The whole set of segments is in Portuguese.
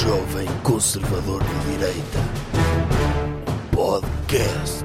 Jovem Conservador de Direita. Podcast.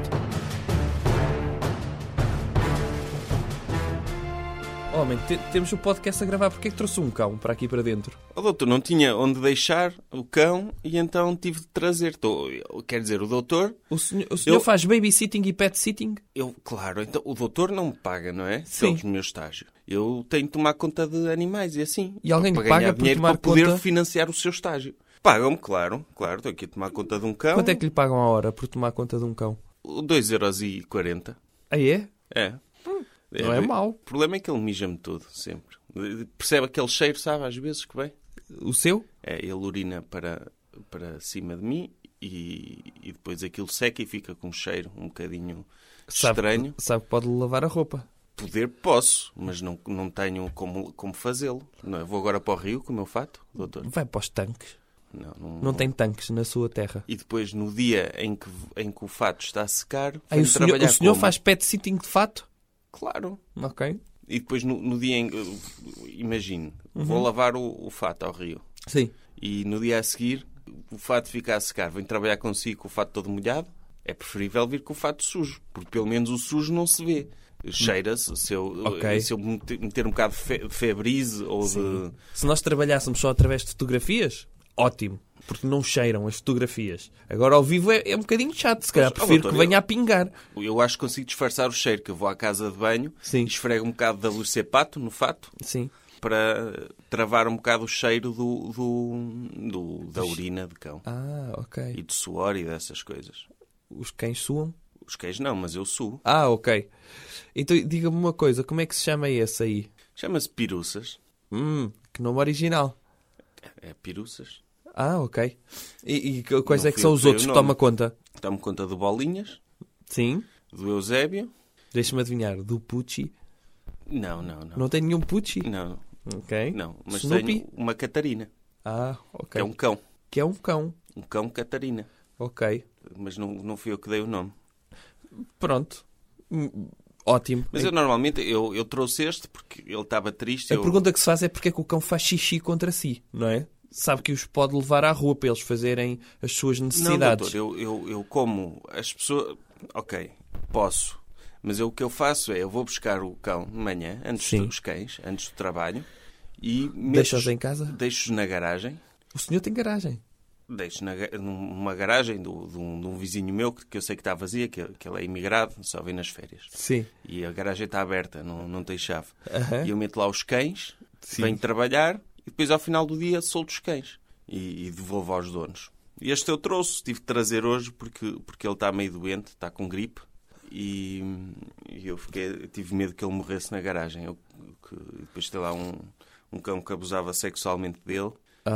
Homem, temos o podcast a gravar. Porquê é que trouxe um cão para aqui para dentro? O doutor não tinha onde deixar o cão e então tive de trazer. Quer dizer, o doutor... O senhor faz babysitting e pet sitting? Claro, então o doutor não me paga, não é? Sim. Pelo meu estágio. Eu tenho de tomar conta de animais e assim. E alguém para que paga ganhar por dinheiro tomar para poder conta? financiar o seu estágio. Pagam-me, claro. Estou aqui a tomar conta de um cão. Quanto é que lhe pagam a hora por tomar conta de um cão? 2,40€. Ah, é? É. Não é mau. O problema é que ele mija-me todo, sempre. Percebe aquele cheiro, sabe, às vezes, que vem? O seu? É, ele urina para cima de mim e depois aquilo seca e fica com um cheiro um bocadinho estranho. Sabe que pode lavar a roupa. Poder posso, mas não tenho como fazê-lo. Não, vou agora para o rio com o meu fato, doutor. Vai para os tanques. Não tem tanques na sua terra. E depois, no dia em que o fato está a secar, Aí o trabalhar senhor como? faz pet sitting de fato? Claro. Ok. E depois, no dia em... Imagine, vou lavar o fato ao rio. Sim. E no dia a seguir, o fato fica a secar. Venho trabalhar consigo com o fato todo molhado. É preferível vir com o fato sujo, porque pelo menos o sujo não se vê. Cheira-se. Se eu meter um bocado de febrize ou de... Se nós trabalhássemos só através de fotografias, ótimo. Porque não cheiram as fotografias. Agora, ao vivo, é um bocadinho chato. Se calhar prefiro doutor, que venha a pingar. Eu acho que consigo disfarçar o cheiro, que eu vou à casa de banho, Sim. esfrego um bocado de lucepato no fato, Sim. para travar um bocado o cheiro da urina de cão. Ah, ok. E de suor e dessas coisas. Os cães suam? Os cães não, mas eu suo. Ah, ok. Então, diga-me uma coisa. Como é que se chama esse aí? Chama-se piruças. Que nome original. É piruças. Ah, ok. E quais Não é que fui são eu os que dei outros o que nome. toma conta? Tomo conta do Bolinhas, Sim. do Eusébio. Deixa-me adivinhar. Do Pucci. Não. Não tem nenhum Pucci? Não, Ok. não. Mas Snoopy? tenho uma Catarina. Ah, ok. Que é um cão. Que é um cão. Um cão Catarina. Ok. Mas não fui eu que dei o nome. Pronto. Ótimo. Mas eu normalmente eu trouxe este porque ele estava triste. A pergunta que se faz é porque é que o cão faz xixi contra si, não é? Sabe que os pode levar à rua para eles fazerem as suas necessidades. Não, doutor, eu como as pessoas... Ok, posso. Mas o que eu faço é, eu vou buscar o cão de manhã, os cães, antes do trabalho, e... Deixa-os em casa? Deixo-os na garagem. O senhor tem garagem? Deixo numa garagem de um vizinho meu, que eu sei que está vazia, que ele é imigrado, só vem nas férias. Sim. E a garagem está aberta, não tem chave. Uhum. E eu meto lá os cães, Sim. venho trabalhar, e depois ao final do dia solto os cães e devolvo aos donos. E este eu trouxe, tive de trazer hoje porque ele está meio doente, está com gripe, e eu tive medo que ele morresse na garagem. Depois tem lá um cão que abusava sexualmente dele.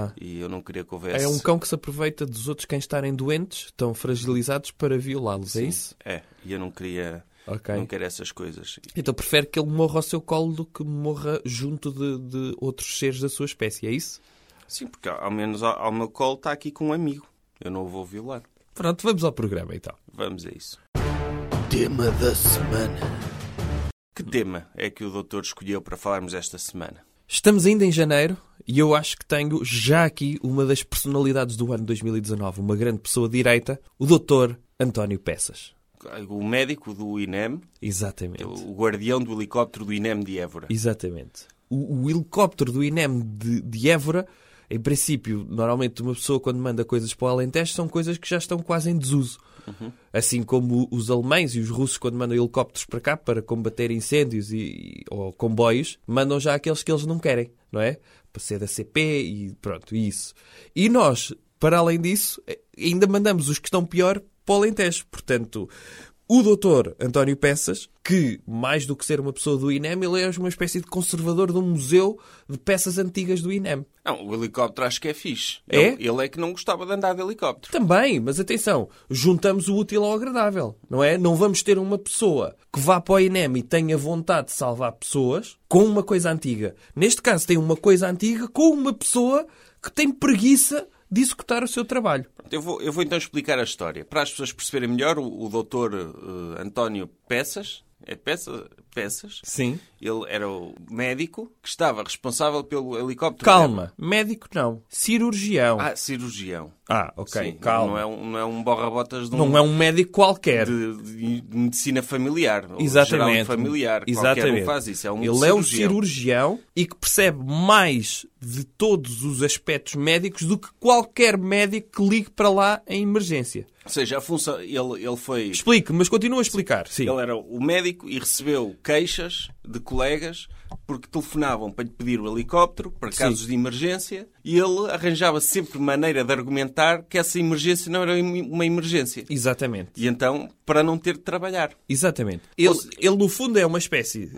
E eu não queria que houvesse... É um cão que se aproveita dos outros cães estarem doentes, estão fragilizados, para violá-los, é isso? É, e eu não queria... Okay. Não quero essas coisas. Então prefere que ele morra ao seu colo do que morra junto de outros seres da sua espécie, é isso? Sim, porque ao menos ao meu colo está aqui com um amigo. Eu não o vou violar. Pronto, vamos ao programa então. Vamos a isso. Tema da semana. Que tema é que o doutor escolheu para falarmos esta semana? Estamos ainda em janeiro e eu acho que tenho já aqui uma das personalidades do ano 2019, uma grande pessoa de direita, o Dr. António Peças. O médico do INEM. Exatamente. O guardião do helicóptero do INEM de Évora. Exatamente. O helicóptero do INEM de Évora, em princípio, normalmente uma pessoa quando manda coisas para o Alentejo são coisas que já estão quase em desuso. Uhum. Assim como os alemães e os russos quando mandam helicópteros para cá para combater incêndios ou comboios, mandam já aqueles que eles não querem, não é? Para ser da CP e pronto, isso. E nós, para além disso, ainda mandamos os que estão pior para o Alentejo. Portanto, o doutor António Peças, que, mais do que ser uma pessoa do INEM, ele é uma espécie de conservador de um museu de peças antigas do INEM. Não, o helicóptero acho que é fixe. É? Ele é que não gostava de andar de helicóptero. Também, mas atenção, juntamos o útil ao agradável, não é? Não vamos ter uma pessoa que vá para o INEM e tenha vontade de salvar pessoas com uma coisa antiga. Neste caso, tem uma coisa antiga com uma pessoa que tem preguiça de executar o seu trabalho. Eu vou então explicar a história. Para as pessoas perceberem melhor, o doutor António Peças... É Peças. Sim. Ele era o médico que estava responsável pelo helicóptero. Calma. Médico não. Cirurgião. Cirurgião. Ok. Sim, Calma. Não é um borra-botas de Não é um médico qualquer. de medicina familiar. Ou Exatamente. geral familiar. Exatamente. Qualquer um faz isso. É um Ele é o cirurgião e que percebe mais de todos os aspectos médicos do que qualquer médico que ligue para lá em emergência. Ou seja, a função... Ele foi... Explique, mas continua a explicar. Sim. Ele era o médico e recebeu queixas de colegas porque telefonavam para lhe pedir o helicóptero para casos de emergência e ele arranjava sempre maneira de argumentar que essa emergência não era uma emergência. Exatamente. E então, para não ter de trabalhar. Exatamente. Ele no fundo, é uma espécie,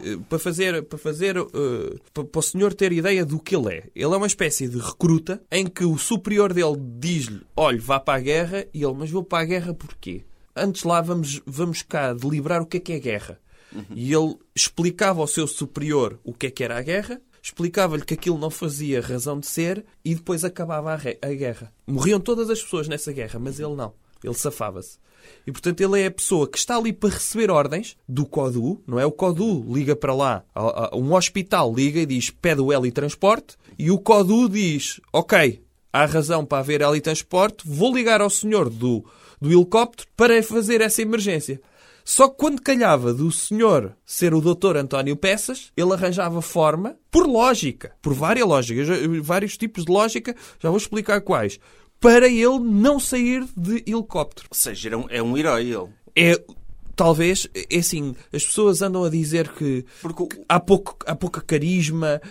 para o senhor ter ideia do que ele é uma espécie de recruta em que o superior dele diz-lhe, olha, vá para a guerra, e ele, mas vou para a guerra porquê? Antes lá vamos cá deliberar o que é guerra. E ele explicava ao seu superior o que era a guerra, explicava-lhe que aquilo não fazia razão de ser e depois acabava a guerra. Morriam todas as pessoas nessa guerra, mas ele não. Ele safava-se. E, portanto, ele é a pessoa que está ali para receber ordens do CODU, não é? O CODU liga para lá, um hospital liga e diz, pede o helitransporte, e o CODU diz, ok, há razão para haver helitransporte, vou ligar ao senhor do helicóptero para fazer essa emergência. Só que quando calhava do senhor ser o Dr. António Peças, ele arranjava forma, por lógica, por vários tipos de lógica, já vou explicar quais, para ele não sair de helicóptero. Ou seja, é um herói ele. Talvez, é assim, as pessoas andam a dizer que há pouca carisma,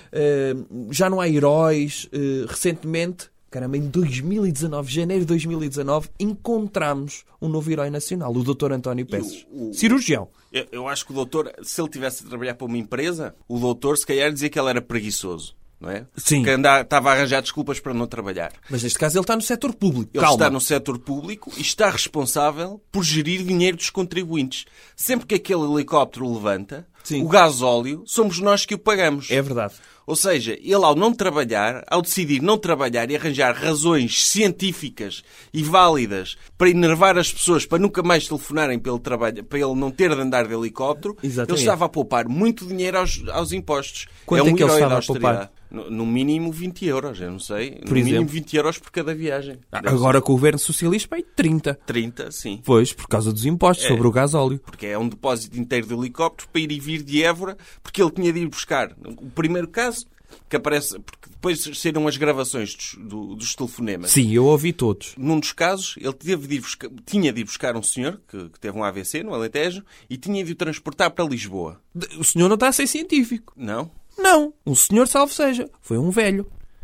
já não há heróis. Recentemente, caramba, em 2019, janeiro de 2019, encontramos um novo herói nacional, o Dr. António Peças. Cirurgião. Eu acho que o doutor, se ele tivesse a trabalhar para uma empresa, o doutor se calhar dizia que ele era preguiçoso. Não é? Sim. Que estava a arranjar desculpas para não trabalhar. Mas neste caso ele está no setor público. Ele está no setor público e está responsável por gerir dinheiro dos contribuintes. Sempre que aquele helicóptero levanta, o gasóleo, somos nós que o pagamos. É verdade. Ou seja, ele ao não trabalhar, ao decidir não trabalhar e arranjar razões científicas e válidas para enervar as pessoas para nunca mais telefonarem para ele não ter de andar de helicóptero, Exatamente. Ele estava a poupar muito dinheiro aos impostos. Quanto é um que ele herói estava da a poupar? austeridade. No mínimo 20 euros, eu não sei. Por no mínimo exemplo? 20 euros por cada viagem. Agora com o governo socialista, bem, 30. 30, sim. Pois, por causa dos impostos sobre o gasóleo. Porque é um depósito inteiro de helicóptero para ir e vir de Évora, porque ele tinha de ir buscar. O primeiro caso, que aparece, porque depois saíram as gravações dos telefonemas. Sim, eu ouvi todos. Num dos casos, ele tinha de ir buscar um senhor que teve um AVC no Alentejo e tinha de o transportar para Lisboa. O senhor não está a ser científico. Não? Não. Um senhor, salvo seja. Foi um velho.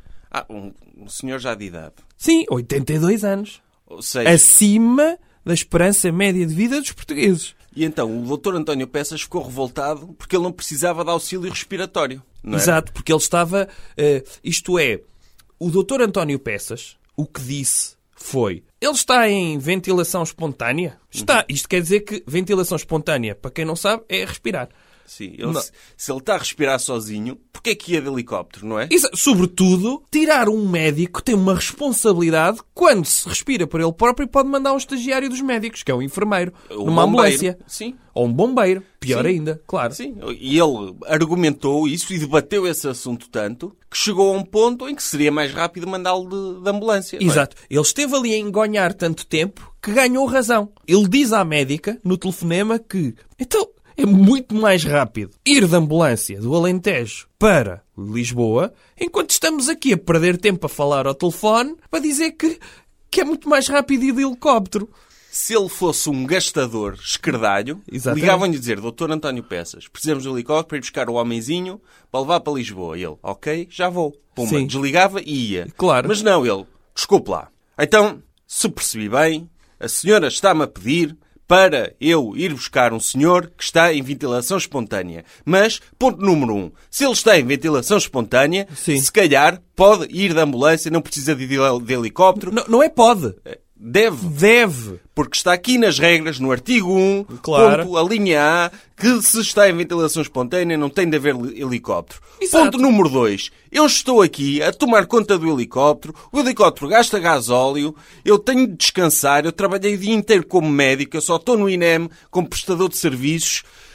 Um senhor já de idade. Sim, 82 anos. Ou seja... Acima da esperança média de vida dos portugueses. E então o Dr. António Peças ficou revoltado porque ele não precisava de auxílio respiratório. Não é? Exato, porque ele estava... isto é, o Dr. António Peças, o que disse foi... Ele está em ventilação espontânea? Está. Isto quer dizer que ventilação espontânea, para quem não sabe, é respirar. Sim, se ele está a respirar sozinho, porquê é que ia de helicóptero, não é? Sobretudo, tirar um médico tem uma responsabilidade quando se respira por ele próprio e pode mandar um estagiário dos médicos, que é um enfermeiro, numa ambulância. Sim. Ou um bombeiro. Pior ainda, claro. Sim, e ele argumentou isso e debateu esse assunto tanto que chegou a um ponto em que seria mais rápido mandá-lo de ambulância. Exato. Ele esteve ali a engonhar tanto tempo que ganhou razão. Ele diz à médica, no telefonema, que... Então... é muito mais rápido ir de ambulância do Alentejo para Lisboa, enquanto estamos aqui a perder tempo a falar ao telefone para dizer que é muito mais rápido ir de helicóptero. Se ele fosse um gastador esquerdalho, ligavam-lhe a dizer, Dr. António Peças, precisamos de um helicóptero para ir buscar o homenzinho para levar para Lisboa. E ele, ok, já vou. Pumba, desligava e ia. Claro. Mas não, ele, desculpe lá. Então, se percebi bem, a senhora está-me a pedir para eu ir buscar um senhor que está em ventilação espontânea. Mas, ponto número 1, se ele está em ventilação espontânea, se calhar pode ir de ambulância, não precisa de helicóptero. Não é pode. Deve. Porque está aqui nas regras, no artigo 1, ponto, a linha A, que se está em ventilação espontânea não tem de haver helicóptero. Exato. Ponto número 2. Eu estou aqui a tomar conta do helicóptero, o helicóptero gasta gasóleo, eu tenho de descansar, eu trabalhei o dia inteiro como médico, eu só estou no INEM como prestador de serviços,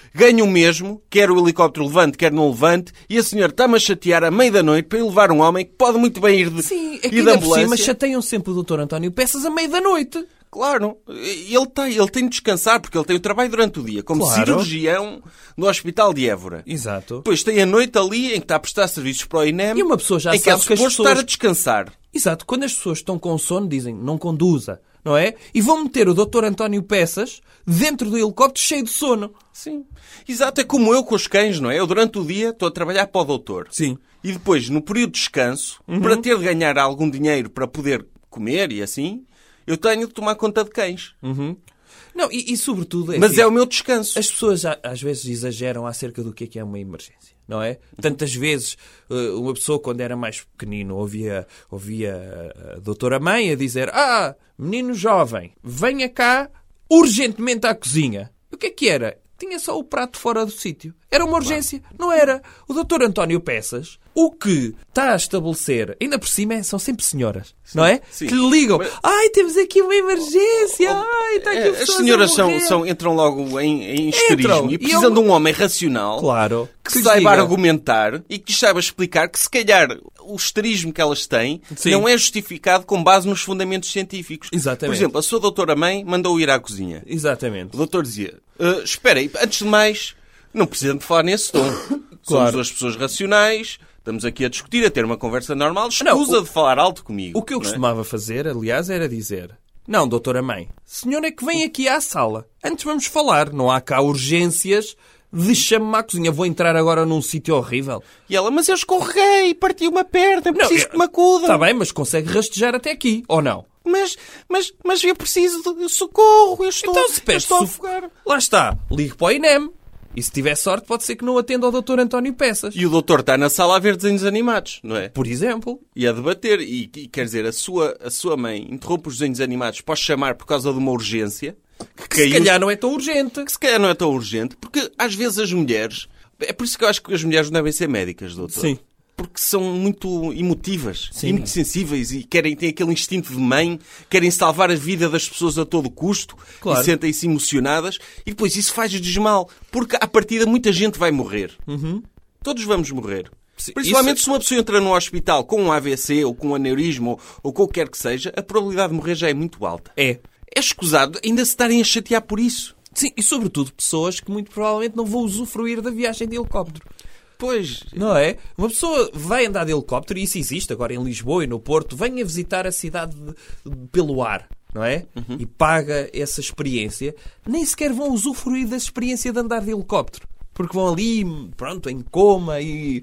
ganho o mesmo, quer o helicóptero levante, quer não levante, e a senhora está-me a chatear à meia da noite para ir levar um homem que pode muito bem ir de, Sim, é que ir de ainda por cima ambulância. chateiam sempre o Dr. António Peças à meia da noite. Claro, ele tem de descansar, porque ele tem o trabalho durante o dia, como Claro. cirurgião no Hospital de Évora. Exato. Depois tem a noite ali em que está a prestar serviços para o INEM, E uma pessoa já em que é sabe que as suposto pessoas... estar a descansar. Exato. Quando as pessoas estão com sono, dizem, não conduza, não é? E vão meter o Dr. António Peças dentro do helicóptero cheio de sono. Sim. Exato, é como eu com os cães, não é? Eu durante o dia estou a trabalhar para o doutor. Sim. E depois, no período de descanso, para ter de ganhar algum dinheiro para poder comer e assim, eu tenho de tomar conta de cães. Não, e sobretudo... Mas assim, é o meu descanso. as pessoas às vezes exageram acerca do que é uma emergência, não é? Tantas vezes uma pessoa, quando era mais pequenino, ouvia a doutora mãe a dizer: menino jovem, venha cá urgentemente à cozinha. O que era? Tinha só o prato fora do sítio. Era uma urgência. Não era. O Dr. António Peças, o que está a estabelecer, ainda por cima, são sempre senhoras, não é? Sim. Que lhe ligam. Mas- Ai, temos aqui uma emergência. Ai, está aqui As pessoas senhoras a morrer. entram logo em histerismo E e precisam eu- de um homem racional Claro. que lhes saiba diga. argumentar e que lhes saiba explicar que, se calhar, o histerismo que elas têm Sim. não é justificado com base nos fundamentos científicos. Exatamente. Por exemplo, a sua doutora-mãe mandou ir à cozinha. Exatamente. O doutor dizia: espera aí, antes de mais, não precisam de falar nesse tom. Somos Claro. duas pessoas racionais, estamos aqui a discutir, a ter uma conversa normal. Não, Escusa de falar alto comigo. O que eu não é? costumava fazer, aliás, era dizer: não, doutora mãe, senhora é que vem aqui à sala. Antes vamos falar. Não há cá urgências. Deixa-me à cozinha. Vou entrar agora num sítio horrível. E ela: mas eu escorreguei, parti uma perna, preciso que me acudam. Está bem, mas consegue rastejar até aqui, ou não? Mas eu preciso de socorro, eu estou, Então, se eu pede estou a socorro- afogar. Lá está. Ligue para o INEM. E se tiver sorte, pode ser que não atenda ao Dr. António Peças. E o doutor está na sala a ver desenhos animados, não é? Por exemplo. E a debater. E quer dizer, a sua mãe interrompe os desenhos animados para os chamar por causa de uma urgência que Que se caiu, calhar não é tão urgente. que se calhar não é tão urgente, porque às vezes as mulheres... É por isso que eu acho que as mulheres não devem ser médicas, doutor. Sim. Porque são muito emotivas Sim. e muito sensíveis e têm aquele instinto de mãe, querem salvar a vida das pessoas a todo custo Claro. e sentem-se emocionadas e depois isso faz-lhes mal, porque à partida muita gente vai morrer. Todos vamos morrer. Sim, Principalmente se uma pessoa entra num hospital com um AVC ou com um aneurisma ou com o que quer que seja, a probabilidade de morrer já é muito alta. É. É escusado ainda se estarem a chatear por isso. Sim, e sobretudo pessoas que muito provavelmente não vão usufruir da viagem de helicóptero. Pois, Não é? Uma pessoa vai andar de helicóptero, e isso existe agora em Lisboa e no Porto, venha visitar a cidade pelo ar, não é? E paga essa experiência. Nem sequer vão usufruir da experiência de andar de helicóptero. Porque vão ali, pronto, em coma e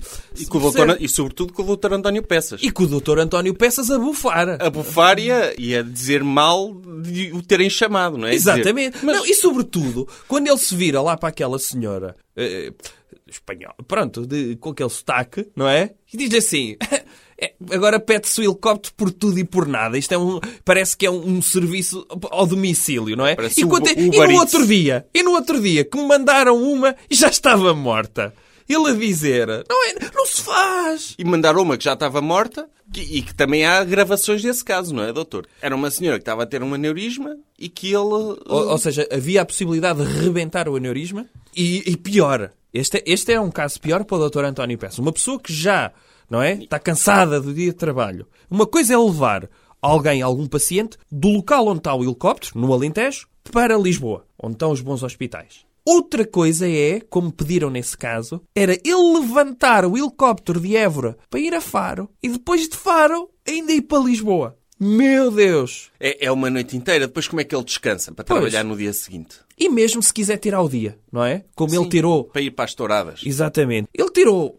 e sobretudo com o doutor António Peças. com o Dr. António Peças a bufar. A bufar e a dizer mal de o terem chamado, não é? Exatamente. Dizer, mas Não, e sobretudo, quando ele se vira lá para aquela senhora espanhola, pronto, com aquele sotaque, não é? E diz-lhe assim: agora pede-se o helicóptero por tudo e por nada. Isto parece que é um serviço ao domicílio, não é? Parece E, o quando, Uber e no Eats. outro dia, que me mandaram uma e já estava morta. Ele a dizer: não se faz. E mandaram uma que já estava morta e que também há gravações desse caso, não é, doutor? Era uma senhora que estava a ter um aneurisma e que ele... Ou seja, havia a possibilidade de rebentar o aneurisma. E pior, este é um caso pior para o Dr. António Peças. Uma pessoa que já, não é, está cansada do dia de trabalho. Uma coisa é levar algum paciente, do local onde está o helicóptero, no Alentejo, para Lisboa, onde estão os bons hospitais. Outra coisa é, como pediram nesse caso, era ele levantar o helicóptero de Évora para ir a Faro e depois de Faro ainda ir para Lisboa. Meu Deus! É uma noite inteira. Depois como é que ele descansa para Pois. trabalhar no dia seguinte? E mesmo se quiser tirar o dia, não é? Como ele Sim, tirou. para ir para as touradas. Exatamente. Ele tirou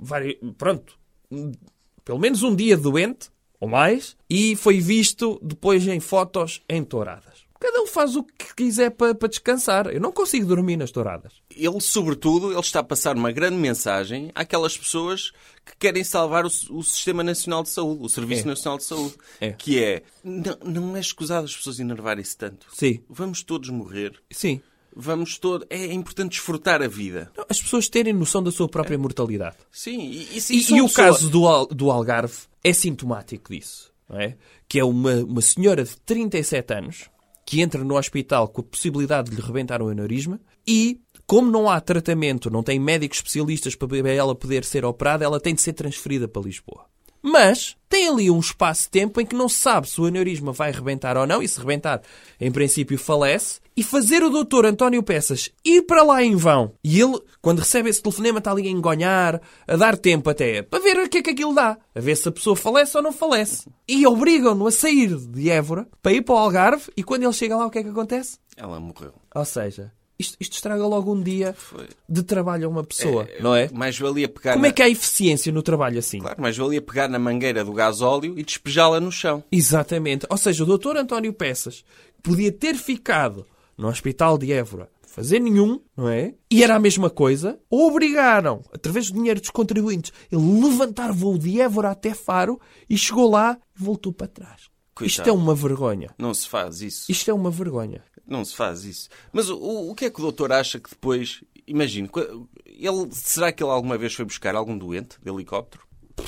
pelo menos um dia doente, ou mais, e foi visto depois em fotos em touradas. Cada um faz o que quiser para descansar. Eu não consigo dormir nas touradas. Ele, sobretudo, ele está a passar uma grande mensagem àquelas pessoas que querem salvar o Sistema Nacional de Saúde, o Serviço Nacional de Saúde, que é, não é escusado as pessoas enervarem-se tanto. Sim. Vamos todos morrer. Sim. É importante desfrutar a vida. Não, as pessoas terem noção da sua própria mortalidade. Sim. E o caso do Algarve é sintomático disso, não é? Que é uma senhora de 37 anos que entra no hospital com a possibilidade de lhe rebentar um aneurisma e como não há tratamento, não tem médicos especialistas para ela poder ser operada, ela tem de ser transferida para Lisboa. Mas tem ali um espaço de tempo em que não se sabe se o aneurisma vai rebentar ou não, e se rebentar, em princípio, falece, e fazer o Dr. António Peças ir para lá em vão. E ele, quando recebe esse telefonema, está ali a engonhar, a dar tempo até, para ver o que é que aquilo dá. A ver se a pessoa falece ou não falece. E obrigam-no a sair de Évora para ir para o Algarve, e quando ele chega lá, o que é que acontece? Ela morreu. Ou seja, isto estraga logo um dia de trabalho a uma pessoa, não é? Mais valia pegar Como é que há eficiência no trabalho assim? Claro, mais valia pegar na mangueira do gasóleo e despejá-la no chão. Exatamente. Ou seja, o Dr. António Peças podia ter ficado no Hospital de Évora, fazer nenhum, não é? E era a mesma coisa. Obrigaram, através do dinheiro dos contribuintes, ele levantar voo de Évora até Faro e chegou lá e voltou para trás. Coitado. Isto é uma vergonha. Não se faz isso. Isto é uma vergonha. Não se faz isso. Mas o que é que o doutor acha que depois... Imagine, será que ele alguma vez foi buscar algum doente de helicóptero?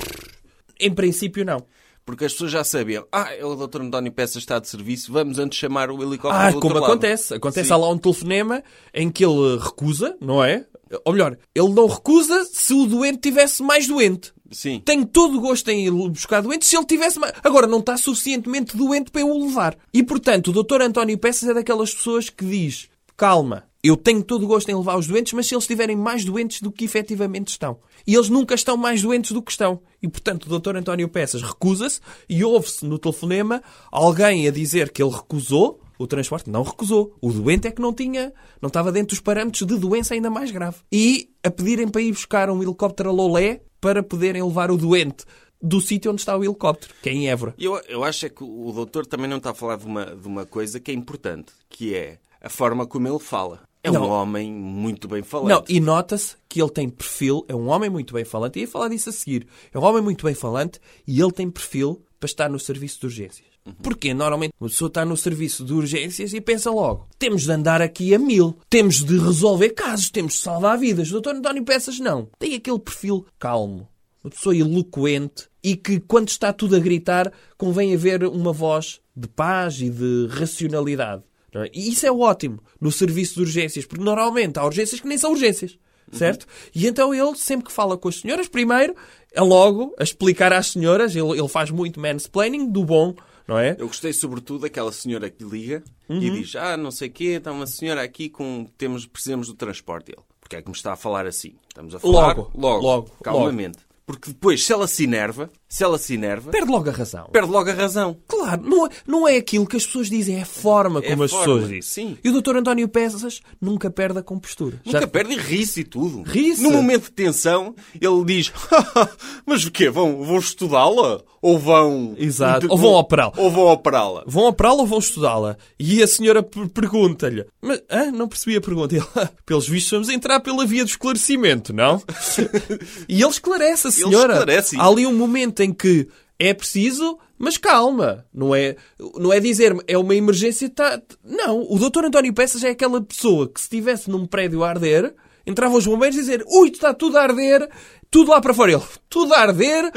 Em princípio, não. Porque as pessoas já sabiam. O doutor António Peças está de serviço, vamos antes chamar o helicóptero do outro como lado. acontece. Há lá um telefonema em que ele recusa, não é? Ou melhor, ele não recusa se o doente tivesse mais doente. Sim. Tenho todo o gosto em ir buscar doentes se ele tivesse mais... Agora, não está suficientemente doente para eu o levar. E, portanto, o Dr. António Peças é daquelas pessoas que diz: calma, eu tenho todo o gosto em levar os doentes, mas se eles estiverem mais doentes do que efetivamente estão. E eles nunca estão mais doentes do que estão. E, portanto, o Dr. António Peças recusa-se e ouve-se no telefonema alguém a dizer que ele recusou o transporte. Não recusou. O doente é que não estava dentro dos parâmetros de doença ainda mais grave. E a pedirem para ir buscar um helicóptero a Lolé para poderem levar o doente do sítio onde está o helicóptero, que é em Évora. Eu acho é que o doutor também não está a falar de uma coisa que é importante, que é a forma como ele fala. É um homem muito bem falante. Não, e nota-se que ele tem perfil, é um homem muito bem falante, e ia falar disso a seguir. É um homem muito bem falante e ele tem perfil para estar no serviço de urgências. Porque normalmente uma pessoa está no serviço de urgências e pensa logo: temos de andar aqui a 1000, temos de resolver casos, temos de salvar vidas. O Dr. António Peças não. Tem aquele perfil calmo, uma pessoa eloquente e que, quando está tudo a gritar, convém haver uma voz de paz e de racionalidade. Não é? E isso é ótimo no serviço de urgências, porque normalmente há urgências que nem são urgências. Certo? E então ele, sempre que fala com as senhoras, primeiro, é logo a explicar às senhoras, ele faz muito mansplaining do bom, não é? Eu gostei sobretudo daquela senhora que liga e diz: não sei o quê, está uma senhora aqui precisamos do transporte. Ele: porque é que me está a falar assim? Estamos a falar logo calmamente. Porque depois, se ela se enerva... Perde logo a razão. Claro, não é aquilo que as pessoas dizem, é a forma como as pessoas dizem. Sim. E o Dr. António Peças nunca perde a compostura. Nunca perde e ri-se e tudo. Ri-se. No momento de tensão, ele diz: mas o quê? Vão estudá-la? Ou vão... Exato. Ou vão operá-la. Vão operá-la ou vão estudá-la? E a senhora pergunta-lhe: mas não percebi a pergunta. Ele: pelos vistos vamos entrar pela via do esclarecimento, não? E ele esclarece a senhora. Há ali um momento em que é preciso, mas calma. Não é dizer é uma emergência. Não. O Dr. António Peças é aquela pessoa que, se estivesse num prédio a arder, entravam os bombeiros e dizer: ui, está tudo a arder, tudo lá para fora. Ele: tudo a arder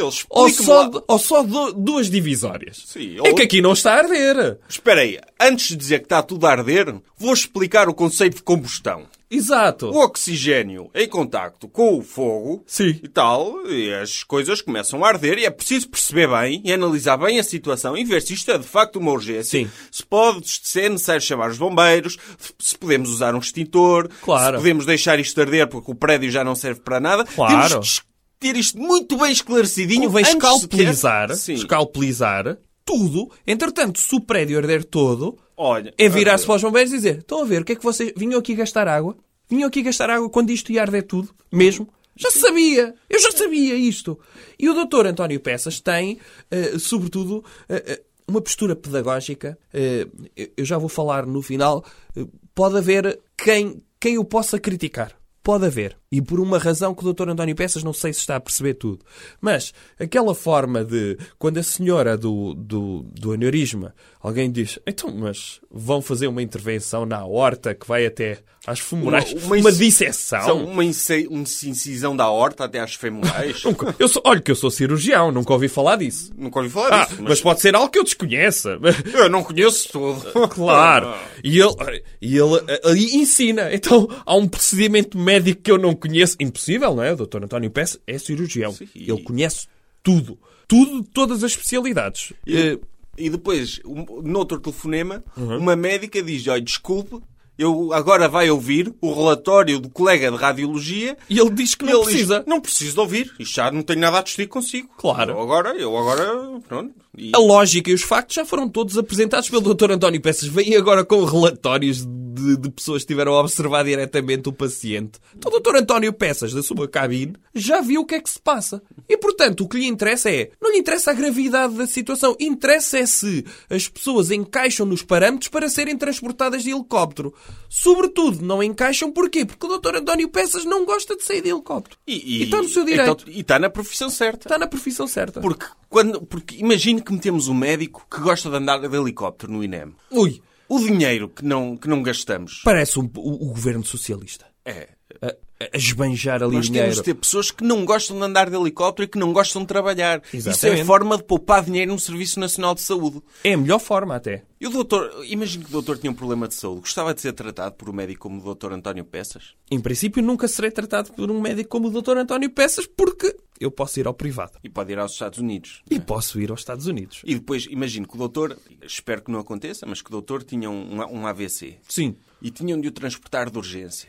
ou só duas divisórias? Sim, é que aqui não está a arder. Espera aí, antes de dizer que está tudo a arder, vou explicar o conceito de combustão. Exato. O oxigênio em contacto com o fogo, sim, e tal, e as coisas começam a arder, e é preciso perceber bem e analisar bem a situação e ver se isto é de facto uma urgência. Sim. Se pode ser necessário chamar os bombeiros, se podemos usar um extintor, claro, se podemos deixar isto arder porque o prédio já não serve para nada. Claro. Temos que ter isto muito bem esclarecidinho. Convém escalpelizar tudo. Entretanto, se o prédio arder todo, é virar-se para os bombeiros e dizer: estão a ver, o que é que vocês vinham aqui gastar água? Vinham aqui gastar água quando isto ia arder tudo? Mesmo? Já sabia! Eu já sabia isto! E o Dr. António Peças tem, sobretudo, uma postura pedagógica. Eu já vou falar no final. Pode haver quem o possa criticar. Pode haver. E por uma razão que o Dr. António Peças não sei se está a perceber tudo. Mas aquela forma de, quando a senhora do aneurisma, alguém diz, então, mas vão fazer uma intervenção na aorta que vai até às femorais, uma disseção. Uma incisão da aorta até às femorais. Olha que eu sou cirurgião, nunca ouvi falar disso. Nunca ouvi falar disso. Mas pode ser algo que eu desconheça. Eu não conheço tudo. Claro. E ele ensina. Então, há um procedimento médico que eu não conheço. Impossível, não é? O Dr. António Peças é cirurgião. Sim. Ele conhece tudo. Tudo, todas as especialidades. E depois, noutro telefonema, uma médica diz, olha, desculpe, eu agora vai ouvir o relatório do colega de radiologia. E ele diz que não precisa. Diz, não preciso de ouvir. Isto já não tenho nada a discutir consigo. Claro. Eu agora, pronto. A lógica e os factos já foram todos apresentados pelo Dr. António Peças. Vem agora com relatórios de pessoas que tiveram a observar diretamente o paciente. Então o Dr. António Peças, da sua cabine, já viu o que é que se passa. E, portanto, o que lhe interessa não lhe interessa a gravidade da situação. Interessa é se as pessoas encaixam nos parâmetros para serem transportadas de helicóptero. Sobretudo, não encaixam porquê? Porque o Dr. António Peças não gosta de sair de helicóptero. E está no seu direito. E está na profissão certa. Está na profissão certa. Porque imagine que metemos um médico que gosta de andar de helicóptero no INEM. Ui! O dinheiro que não gastamos... Parece o governo socialista. É. A esbanjar ali Nós dinheiro. temos de ter pessoas que não gostam de andar de helicóptero e que não gostam de trabalhar. Exatamente. Isso é a forma de poupar dinheiro no Serviço Nacional de Saúde. É a melhor forma até. E o doutor... Imagino que o doutor tinha um problema de saúde. Gostava de ser tratado por um médico como o doutor António Peças? Em princípio, nunca serei tratado por um médico como o doutor António Peças porque eu posso ir ao privado. E pode ir aos Estados Unidos. E posso ir aos Estados Unidos. E depois, imagino que o doutor... Espero que não aconteça, mas que o doutor tinha um AVC. Sim. E tinham de o transportar de urgência.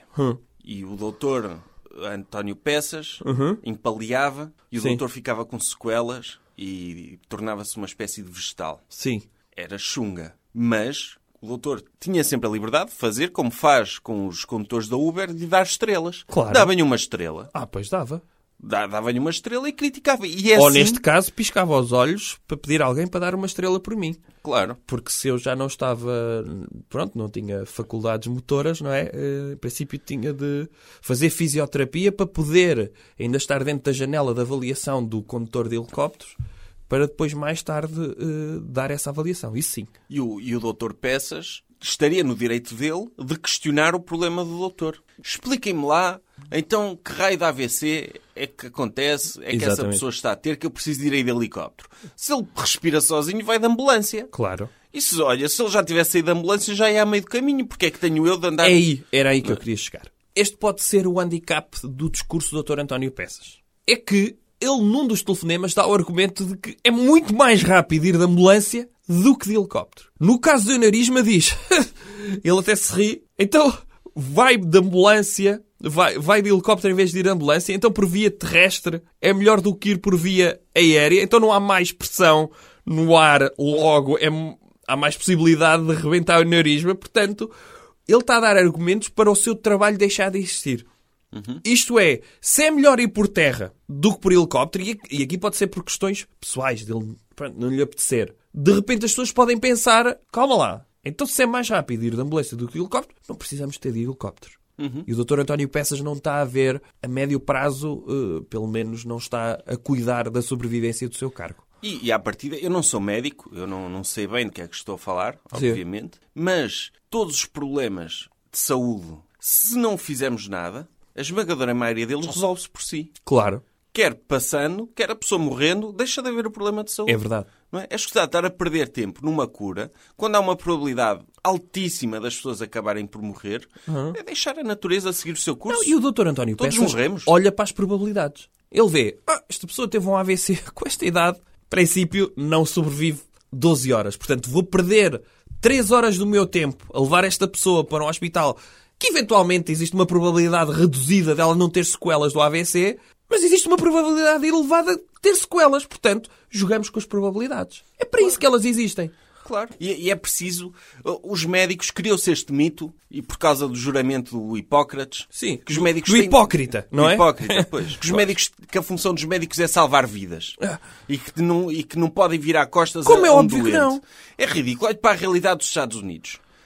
E o doutor António Peças empaleava e o doutor ficava com sequelas e tornava-se uma espécie de vegetal. Sim. Era chunga. Mas o doutor tinha sempre a liberdade de fazer como faz com os condutores da Uber, de dar estrelas. Claro. Dava-lhe uma estrela. Pois dava. Dava-lhe uma estrela e criticava. Ou, neste caso, piscava os olhos para pedir a alguém para dar uma estrela por mim. Claro. Porque se eu já não estava... Pronto, não tinha faculdades motoras, não é? Em princípio tinha de fazer fisioterapia para poder ainda estar dentro da janela de avaliação do condutor de helicópteros para depois, mais tarde, dar essa avaliação. Isso sim. E o doutor Peças estaria no direito dele de questionar o problema do doutor. Expliquem-me lá, então, que raio de AVC é que acontece, é que Exatamente. essa pessoa está a ter, que eu preciso de ir aí de helicóptero. Se ele respira sozinho, vai de ambulância. Claro. E se ele já tivesse saído da ambulância, já ia a meio do caminho. Porque é que tenho eu de andar... Era aí que eu queria chegar. Este pode ser o handicap do discurso do Dr. António Peças. É que ele, num dos telefonemas, dá o argumento de que é muito mais rápido ir de ambulância do que de helicóptero. No caso do aneurisma, diz... ele até se ri. Então, vai de ambulância... Vai de helicóptero em vez de ir de ambulância. Então, por via terrestre, é melhor do que ir por via aérea. Então, não há mais pressão no ar. Logo, há mais possibilidade de rebentar o aneurisma. Portanto, ele está a dar argumentos para o seu trabalho deixar de existir. Isto é, se é melhor ir por terra do que por helicóptero, e aqui pode ser por questões pessoais, dele não lhe apetecer, de repente as pessoas podem pensar, calma lá, então se é mais rápido ir de ambulância do que de helicóptero, não precisamos ter de helicóptero. E o Dr. António Peças não está a ver, a médio prazo, pelo menos não está a cuidar da sobrevivência do seu cargo. E à partida, eu não sou médico, eu não sei bem do que é que estou a falar, obviamente, mas todos os problemas de saúde, se não fizermos nada, a esmagadora maioria deles resolve-se por si. Claro. Quer passando, quer a pessoa morrendo, deixa de haver o problema de saúde. É verdade. Não é? É escusado estar a perder tempo numa cura, quando há uma probabilidade altíssima das pessoas acabarem por morrer, é deixar a natureza seguir o seu curso. Não, e o Dr. António Todos Peças morremos. olha para as probabilidades. Ele vê, esta pessoa teve um AVC com esta idade, em princípio não sobrevive 12 horas. Portanto, vou perder 3 horas do meu tempo a levar esta pessoa para um hospital que eventualmente existe uma probabilidade reduzida dela não ter sequelas do AVC, mas existe uma probabilidade elevada de ter sequelas. Portanto, jogamos com as probabilidades. É para isso que elas existem. Claro. E é preciso... Os médicos criou-se este mito, e por causa do juramento do Hipócrates... Sim, que os médicos do Hipócrita, não é? Hipócrita, pois. Que os médicos, que a função dos médicos é salvar vidas. E que não podem virar costas Como a é um óbvio doente. que não. É ridículo. Olhe para a realidade dos Estados Unidos.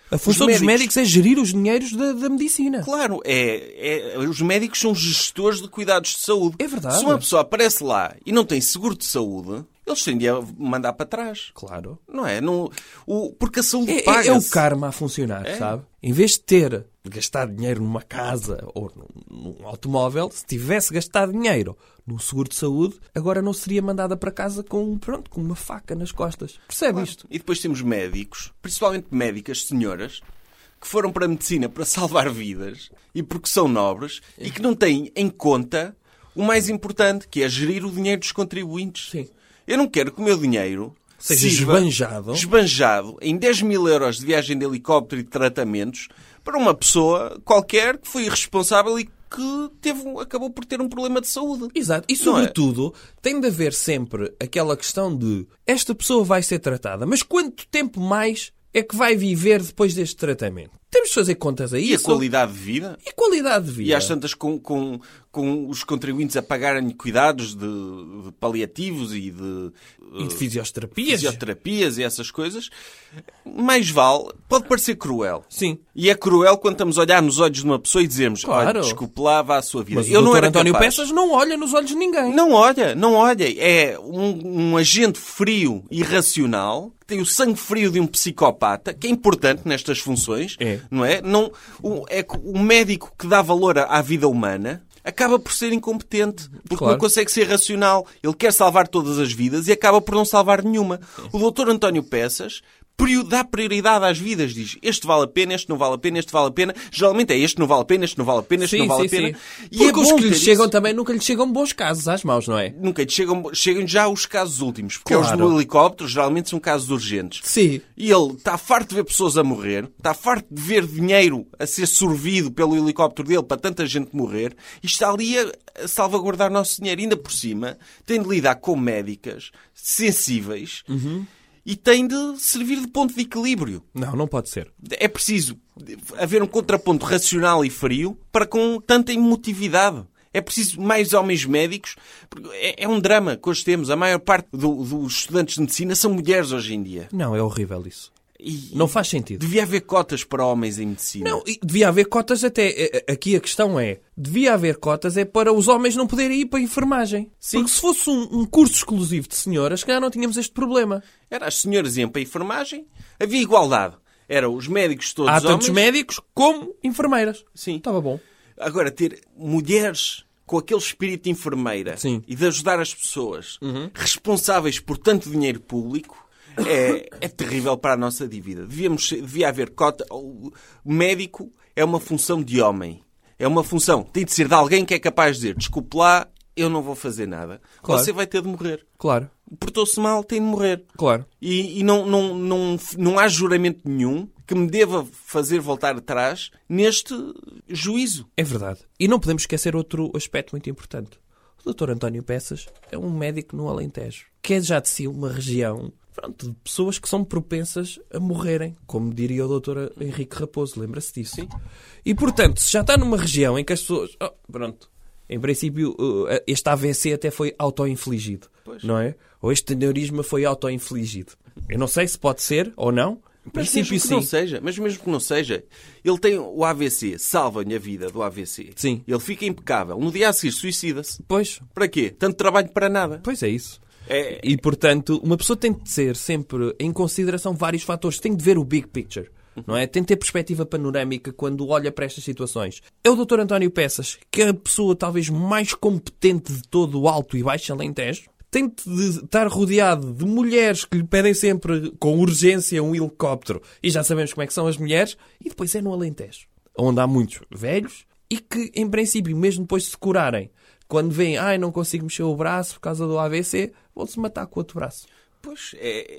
A função dos médicos é gerir os dinheiros da medicina. Claro, os médicos são gestores de cuidados de saúde. É verdade. Se uma pessoa aparece lá e não tem seguro de saúde, eles tendem a mandar para trás. Claro. Não é? Porque a saúde É paga-se. o karma a funcionar, sabe? Em vez de gastar dinheiro numa casa ou num automóvel, se tivesse gastado dinheiro num seguro de saúde, agora não seria mandada para casa com uma faca nas costas. Percebe Claro. isto? E depois temos médicos, principalmente médicas, senhoras, que foram para a medicina para salvar vidas e porque são nobres e que não têm em conta o mais importante, que é gerir o dinheiro dos contribuintes. Sim. Eu não quero que o meu dinheiro Seja sirva esbanjado em 10 mil euros de viagem de helicóptero e de tratamentos para uma pessoa qualquer que foi irresponsável e que acabou por ter um problema de saúde. Exato. E, sobretudo, tem de haver sempre aquela questão de esta pessoa vai ser tratada, mas quanto tempo mais é que vai viver depois deste tratamento? Temos de fazer contas a isso. E a qualidade de vida? E a qualidade de vida? E às tantas com os contribuintes a pagarem cuidados de paliativos e de fisioterapias e essas coisas, mais vale, pode parecer cruel. Sim. E é cruel quando estamos a olhar nos olhos de uma pessoa e dizermos, Claro. olha, desculpe lá, vá à sua vida. Mas eu o não Dr. era António capaz. Peças não olha nos olhos de ninguém. Não olha. É um agente frio e racional, que tem o sangue frio de um psicopata, que é importante nestas funções, não é? O médico que dá valor à vida humana acaba por ser incompetente, porque não consegue ser racional. Ele quer salvar todas as vidas e acaba por não salvar nenhuma. O Dr. António Peças dá prioridade às vidas. Diz, este vale a pena, este não vale a pena, este vale a pena. Geralmente é este não vale a pena, este não vale a pena, este não vale a pena. E porque os que lhe chegam também nunca lhe chegam bons casos às mãos, não é? Nunca lhe chegam já os casos últimos. Porque os do helicóptero geralmente são casos urgentes. Sim. E ele está farto de ver pessoas a morrer, está farto de ver dinheiro a ser sorvido pelo helicóptero dele para tanta gente morrer e está ali a salvaguardar o nosso dinheiro. Ainda por cima, tem de lidar com médicas sensíveis e tem de servir de ponto de equilíbrio. Não pode ser. É preciso haver um contraponto racional e frio para com tanta emotividade. É preciso mais homens médicos. É um drama que hoje temos. A maior parte dos estudantes de medicina são mulheres hoje em dia. Não, é horrível isso. Não faz sentido. Devia haver cotas para homens em medicina. Não, devia haver cotas até... Aqui a questão é... Devia haver cotas para os homens não poderem ir para a enfermagem. Sim. Porque se fosse um curso exclusivo de senhoras, calhar não tínhamos este problema. As senhoras iam para a enfermagem, havia igualdade. Eram os médicos todos Há homens. tantos médicos como enfermeiras. Sim. Estava bom. Agora, ter mulheres com aquele espírito de enfermeira e de ajudar as pessoas responsáveis por tanto dinheiro público é terrível para a nossa dívida. Devia haver cota. O médico é uma função de homem. É uma função. Tem de ser de alguém que é capaz de dizer, desculpe lá, eu não vou fazer nada. Claro. Você vai ter de morrer. Claro. Portou-se mal, tem de morrer. Claro. E não há juramento nenhum que me deva fazer voltar atrás neste juízo. É verdade. E não podemos esquecer outro aspecto muito importante. O Dr. António Peças é um médico no Alentejo, que é já de si uma região de pessoas que são propensas a morrerem, como diria o Dr. Henrique Raposo, lembra-se disso? Sim. E, portanto, se já está numa região em que as pessoas... em princípio, este AVC até foi auto-infligido, não é? Ou este aneurisma foi auto-infligido. Eu não sei se pode ser ou não. Em princípio, sim. Mas mesmo que não seja, ele tem o AVC, salva-lhe a vida do AVC. Sim. Ele fica impecável. No dia a seguir, suicida-se. Pois. Para quê? Tanto trabalho para nada. Pois é isso. E, portanto, uma pessoa tem de ter sempre em consideração vários fatores. Tem de ver o big picture, não é? Tem de ter perspectiva panorâmica quando olha para estas situações. É o Dr. António Peças, que é a pessoa talvez mais competente de todo o Alto e Baixo Alentejo. Tem de estar rodeado de mulheres que lhe pedem sempre com urgência um helicóptero. E já sabemos como é que são as mulheres. E depois é no Alentejo, onde há muitos velhos e que, em princípio, mesmo depois de se curarem, quando veem, não consigo mexer o braço por causa do AVC, vão-se matar com o outro braço. Pois,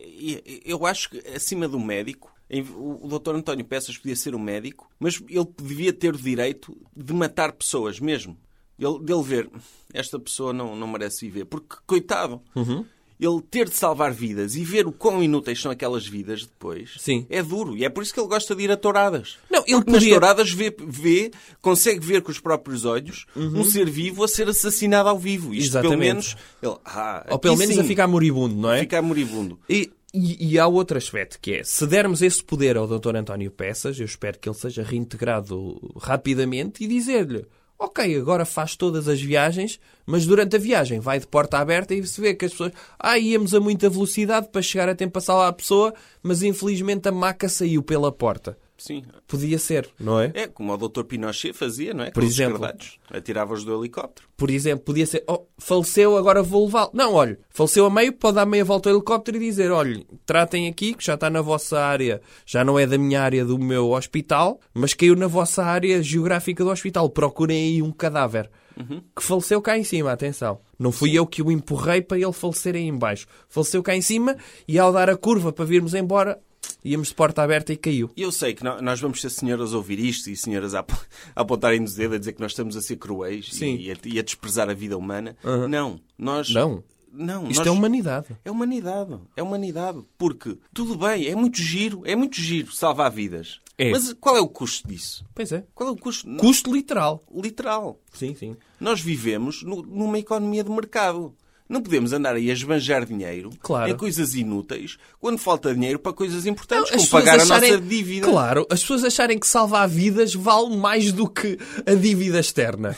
eu acho que acima do médico, o Dr. António Peças podia ser um médico, mas ele devia ter o direito de matar pessoas mesmo. Dele ver, esta pessoa não merece viver. Porque, coitado, ele ter de salvar vidas e ver o quão inúteis são aquelas vidas depois, é duro. E é por isso que ele gosta de ir a touradas. Nas touradas consegue ver com os próprios olhos um ser vivo a ser assassinado ao vivo. Isto, exatamente. pelo menos... Ou pelo menos a ficar moribundo, não é? Ficar moribundo. E há outro aspecto, que é, se dermos esse poder ao Dr. António Peças, eu espero que ele seja reintegrado rapidamente e dizer-lhe, ok, agora faz todas as viagens, mas durante a viagem vai de porta aberta e se vê que as pessoas... íamos a muita velocidade para chegar a tempo para salvar a pessoa, mas infelizmente a maca saiu pela porta. Sim. Podia ser, não é? É, como o Dr. Pinochet fazia, não é? Por exemplo. Atirava-os do helicóptero. Por exemplo, podia ser, faleceu, agora vou levá-lo. Não, olha, faleceu a meio, pode dar meia volta ao helicóptero e dizer, olha, tratem aqui, que já está na vossa área, já não é da minha área do meu hospital, mas caiu na vossa área geográfica do hospital. Procurem aí um cadáver. Que faleceu cá em cima, atenção. Não fui eu que o empurrei para ele falecer aí em baixo. Faleceu cá em cima e ao dar a curva para virmos embora, íamos de porta aberta e caiu. E eu sei que nós vamos ser senhoras a ouvir isto e senhoras a apontarem-nos o dedo a dizer que nós estamos a ser cruéis e a desprezar a vida humana. Não, nós... Não, isto é humanidade. É humanidade. É humanidade. Porque, tudo bem, é muito giro salvar vidas. É. Mas qual é o custo disso? Pois é. Qual é o custo? Custo literal. Literal. Sim, sim. Nós vivemos numa economia de mercado. Não podemos andar aí a esbanjar dinheiro em coisas inúteis quando falta dinheiro para coisas importantes, como pagar a nossa dívida. Claro, as pessoas acharem que salvar vidas vale mais do que a dívida externa.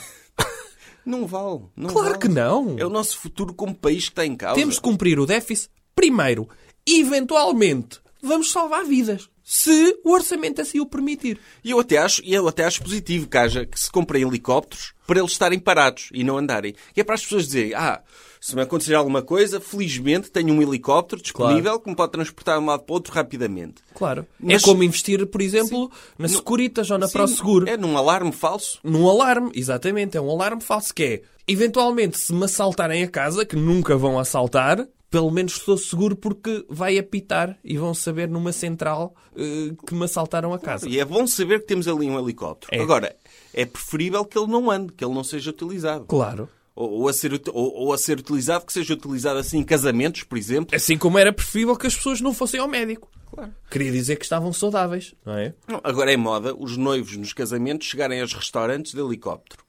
Não vale. Claro que não. É o nosso futuro como país que está em causa. Temos de cumprir o déficit primeiro. Eventualmente, vamos salvar vidas. Se o orçamento assim o permitir. E eu até acho positivo que se comprem helicópteros para eles estarem parados e não andarem. E é para as pessoas dizerem, se me acontecer alguma coisa, felizmente tenho um helicóptero disponível que me pode transportar de um lado para o outro rapidamente. Claro. Mas, é como investir, por exemplo, na Securitas ou na ProSeguro. É num alarme falso. Num alarme, exatamente. É um alarme falso que é, eventualmente, se me assaltarem a casa, que nunca vão assaltar, pelo menos estou seguro porque vai apitar e vão saber numa central que me assaltaram a casa. E é bom saber que temos ali um helicóptero. Agora, é preferível que ele não ande, que ele não seja utilizado. Claro. Ou a ser utilizado, que seja utilizado assim em casamentos, por exemplo. Assim como era preferível que as pessoas não fossem ao médico. Claro. Queria dizer que estavam saudáveis, não é? Agora é moda os noivos nos casamentos chegarem aos restaurantes de helicóptero.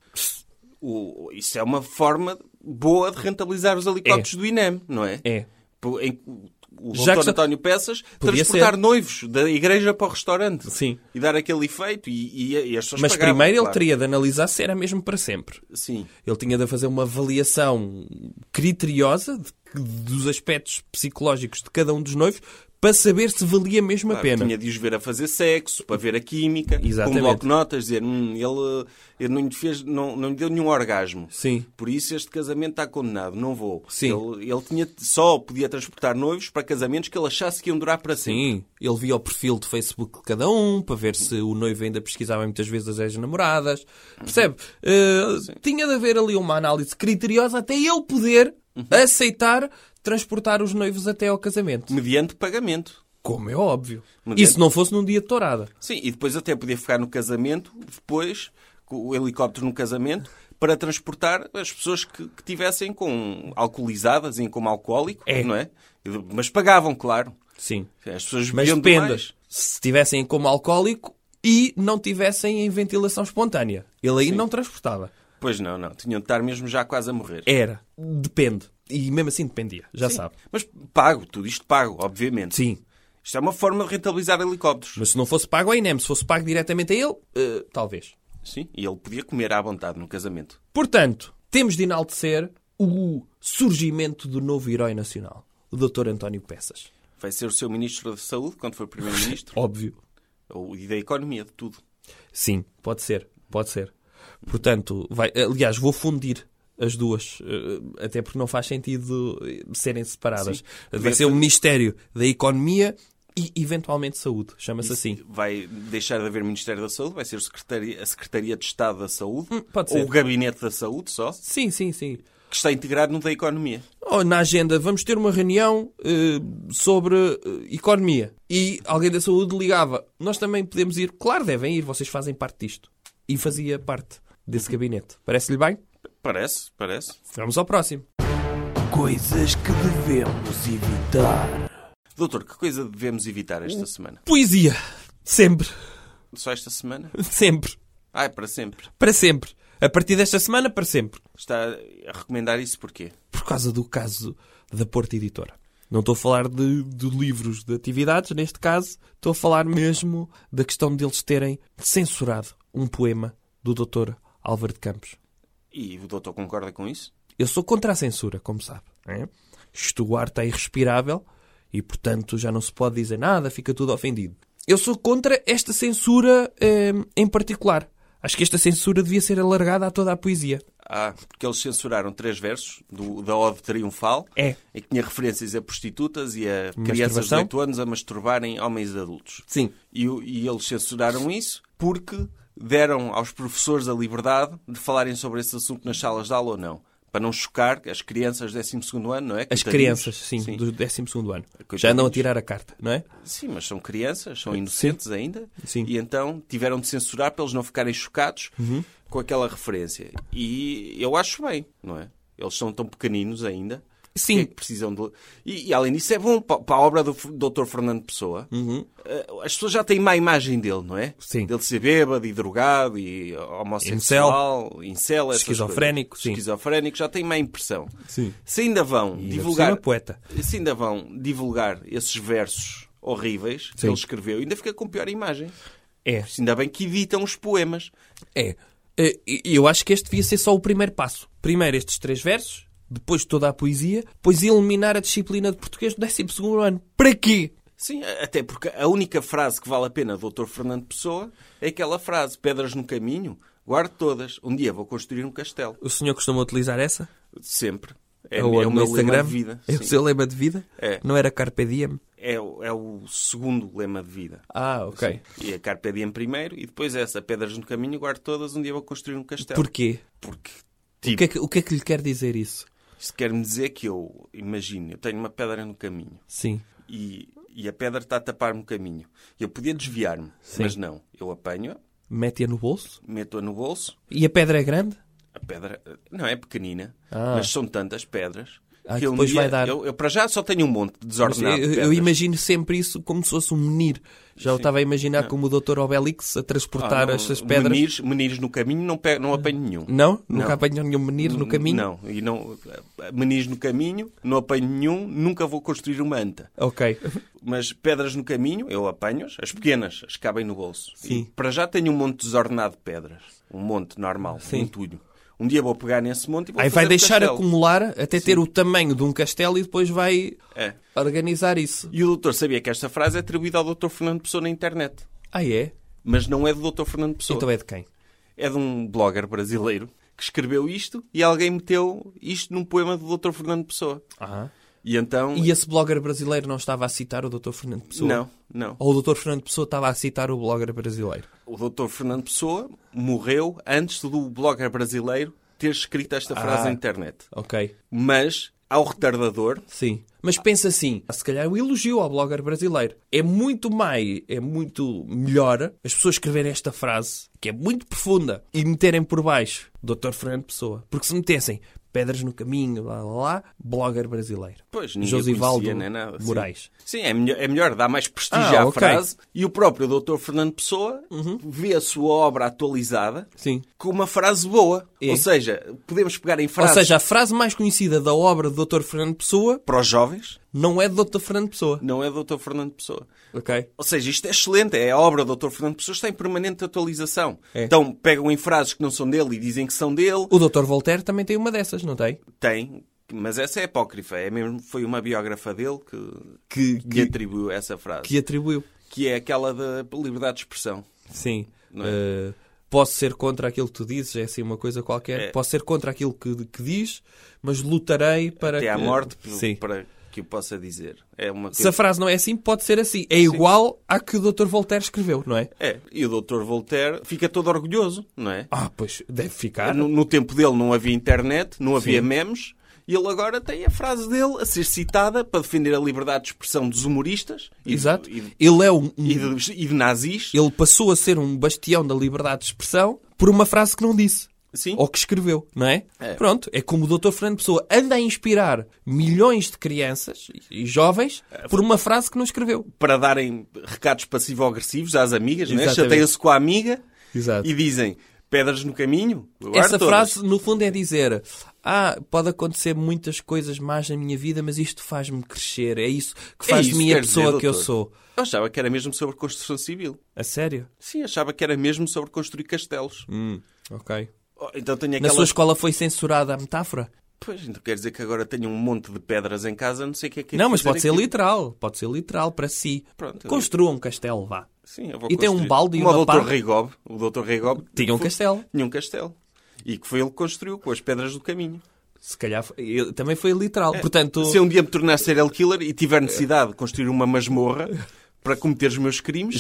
Isso é uma forma boa de rentabilizar os helicópteros do INEM, não é? É. O Dr. António Peças transportar noivos da igreja para o restaurante. Sim. E dar aquele efeito e as pessoas Mas pagavam, primeiro claro. ele teria de analisar se era mesmo para sempre. Sim. Ele tinha de fazer uma avaliação criteriosa dos aspectos psicológicos de cada um dos noivos para saber se valia mesmo a pena. Tinha de os ver a fazer sexo, para ver a química, exatamente, com um bloco de notas, dizer ele não lhe deu nenhum orgasmo. Sim. Por isso este casamento está condenado, não vou. Sim. Ele só podia transportar noivos para casamentos que ele achasse que iam durar para sempre. Sim. Ele via o perfil de Facebook de cada um, para ver se o noivo ainda pesquisava muitas vezes as ex-namoradas. Percebe? Tinha de haver ali uma análise criteriosa até ele poder aceitar transportar os noivos até ao casamento. Mediante pagamento. Como é óbvio. E se não fosse num dia de tourada. Sim, e depois até podia ficar no casamento, depois, com o helicóptero no casamento, para transportar as pessoas que tivessem com alcoolizadas, como alcoólico, não é? Mas pagavam, claro. Sim. As pessoas mas bebiam depende. demais. Se tivessem como alcoólico e não tivessem em ventilação espontânea. Ele aí não transportava. Pois não. Tinham de estar mesmo já quase a morrer. Era. Depende. E mesmo assim dependia. Já sabe. Mas tudo isto pago, obviamente. Sim. Isto é uma forma de rentabilizar helicópteros. Mas se não fosse pago ao INEM, se fosse pago diretamente a ele, talvez. Sim, e ele podia comer à vontade no casamento. Portanto, temos de enaltecer o surgimento do novo herói nacional, o Dr. António Peças. Vai ser o seu Ministro da Saúde, quando for Primeiro-Ministro? Óbvio. E da Economia, de tudo. Sim, pode ser. Portanto, aliás, vou fundir as duas, até porque não faz sentido serem separadas. Sim. Vai ser o Ministério da Economia e, eventualmente, Saúde. Chama-se assim. Vai deixar de haver Ministério da Saúde? Vai ser a Secretaria de Estado da Saúde? Pode ser. Ou o Gabinete da Saúde só? Sim. Que está integrado no da Economia. Na agenda, vamos ter uma reunião sobre economia. E alguém da Saúde ligava. Nós também podemos ir. Claro, devem ir. Vocês fazem parte disto. E fazia parte desse gabinete. Parece-lhe bem? Parece. Vamos ao próximo. Coisas que devemos evitar. Doutor, que coisa devemos evitar esta semana? Poesia. Sempre. Só esta semana? Sempre. É para sempre. Para sempre. A partir desta semana, para sempre. Está a recomendar isso porquê? Por causa do caso da Porta Editora. Não estou a falar de livros de atividades, neste caso, estou a falar mesmo da questão deles terem censurado um poema do Dr. Álvaro de Campos. E o doutor concorda com isso? Eu sou contra a censura, como sabe. O ar está irrespirável e, portanto, já não se pode dizer nada, fica tudo ofendido. Eu sou contra esta censura em particular. Acho que esta censura devia ser alargada a toda a poesia. Porque eles censuraram 3 versos da Ode Triunfal, em que tinha referências a prostitutas e a crianças de 8 anos a masturbarem homens adultos. Sim. E eles censuraram isso porque deram aos professores a liberdade de falarem sobre esse assunto nas salas de aula ou não. Para não chocar as crianças do 12º ano, não é? As crianças, sim, do 12º ano. Já andam a tirar a carta, não é? Sim, mas são crianças, são inocentes ainda. Sim. E então tiveram de censurar para eles não ficarem chocados com aquela referência. E eu acho bem, não é? Eles são tão pequeninos ainda. Sim. Que precisam de... E além disso é bom para a obra do Dr. Fernando Pessoa. As pessoas já têm má imagem dele, não é? Sim. Dele ser bêbado e drogado e homossexual, incel, esquizofrénico. Sim. Esquizofrénico, já têm má impressão. Sim. Se ainda vão E divulgar... poeta. Se ainda vão divulgar esses versos horríveis que ele escreveu, ainda fica com pior imagem. Ainda bem que editam os poemas. Eu acho que este devia ser só o primeiro passo. Primeiro estes 3 versos, depois toda a poesia, depois eliminar a disciplina de português do 12º ano. Para quê? Sim, até porque a única frase que vale a pena do Dr. Fernando Pessoa é aquela frase: pedras no caminho, guarde todas. Um dia vou construir um castelo. O senhor costuma utilizar essa? Sempre. É o meu meu Instagram? lema de vida. É o seu lema de vida? É. Não era Carpe Diem? É o segundo lema de vida. Ok. Sim. E a Carpe Diem primeiro e depois essa: pedras no caminho, guarde todas. Um dia vou construir um castelo. Porquê? Porque... O que é que lhe quer dizer isso? Isto quer-me dizer que eu tenho uma pedra no caminho. Sim. E a pedra está a tapar-me o caminho. Eu podia desviar-me, mas não. Eu apanho-a. Mete-a no bolso? Meto-a no bolso. E a pedra é grande? A pedra não é pequenina, mas são tantas pedras que depois vai dar. Eu para já só tenho um monte desordenado de pedras. Eu imagino sempre isso como se fosse um menir. Já eu estava a imaginar como o Dr. Obelix a transportar estas pedras. Menirs no caminho não apanho nenhum. Não? Nunca apanhou nenhum menir no caminho? Não. Menirs no caminho, não apanho nenhum, nunca vou construir uma anta. Ok. Mas pedras no caminho, eu apanho-as. As pequenas, as cabem no bolso. Sim. E para já tenho um monte desordenado de pedras. Um monte normal, um entulho. Um dia vou pegar nesse monte e vou Aí fazer vai deixar castelo. acumular até ter o tamanho de um castelo e depois vai organizar isso. E o doutor sabia que esta frase é atribuída ao Dr. Fernando Pessoa na internet. É? Mas não é do Dr. Fernando Pessoa. Então é de quem? É de um blogger brasileiro que escreveu isto e alguém meteu isto num poema do Dr. Fernando Pessoa. E então... E esse blogger brasileiro não estava a citar o Dr. Fernando Pessoa? Não. Ou o Dr. Fernando Pessoa estava a citar o blogger brasileiro? O Dr. Fernando Pessoa morreu antes do blogger brasileiro ter escrito esta frase na internet. Ok. Mas, ao retardador... Sim. Mas pensa assim, se calhar o elogio ao blogger brasileiro. É muito melhor as pessoas escreverem esta frase, que é muito profunda, e meterem por baixo Dr. Fernando Pessoa. Porque se metessem pedras no caminho, blogger brasileiro. Pois, ninguém Josivaldo conhecia, nem nada. Moraes. Sim, é melhor dar mais prestígio à frase. E o próprio Dr. Fernando Pessoa vê a sua obra atualizada com uma frase boa. Ou seja, podemos pegar em frases... Ou seja, a frase mais conhecida da obra do Dr. Fernando Pessoa... Para os jovens... Não é do Dr. Fernando Pessoa. Não é do Dr. Fernando Pessoa. Ok. Ou seja, isto é excelente. A obra do Dr. Fernando Pessoa está em permanente atualização. Então, pegam em frases que não são dele e dizem que são dele. O Dr. Voltaire também tem uma dessas, não tem? Tem. Mas essa é apócrifa. Foi uma biógrafa dele que atribuiu essa frase. Que atribuiu. Que é aquela da liberdade de expressão. Sim. Posso ser contra aquilo que tu dizes, é assim uma coisa qualquer. Posso ser contra aquilo que diz, mas lutarei para até à morte Sim. para que o possa dizer. É uma coisa... Se a frase não é assim, pode ser assim. É igual à que o Dr. Voltaire escreveu, não é? E o Dr. Voltaire fica todo orgulhoso, não é? Pois, deve ficar. No tempo dele não havia internet, não havia memes, e ele agora tem a frase dele a ser citada para defender a liberdade de expressão dos humoristas. Exato. Ele é e de nazis. Ele passou a ser um bastião da liberdade de expressão por uma frase que não disse. Sim. Ou que escreveu, não é? Pronto, é como o Dr. Fernando Pessoa anda a inspirar milhões de crianças e jovens por uma frase que não escreveu. Para darem recados passivo-agressivos às amigas, não é? Exatamente. Chateiam-se com a amiga Exato. e dizem pedras no caminho. Essa frase, no fundo, é dizer pode acontecer muitas coisas más na minha vida, mas isto faz-me crescer. É isso que faz de mim a pessoa que eu sou. Eu achava que era mesmo sobre construção civil. A sério? Sim, achava que era mesmo sobre construir castelos. Ok. Então tenho Na sua escola foi censurada a metáfora? Pois, então quer dizer que agora tenho um monte de pedras em casa, não sei o que é que é. Não, mas pode ser literal. Pode ser literal para si. Pronto, Construa um castelo, vá. Sim, eu vou E tem um construir. balde e Como uma o pá. Dr. Rigob. O Dr. Rigob Tinha um castelo. Tinha um castelo. E que foi ele que construiu com as pedras do caminho. Se calhar também foi literal. Portanto, Se um dia me tornar serial killer e tiver necessidade de construir uma masmorra para cometer os meus crimes...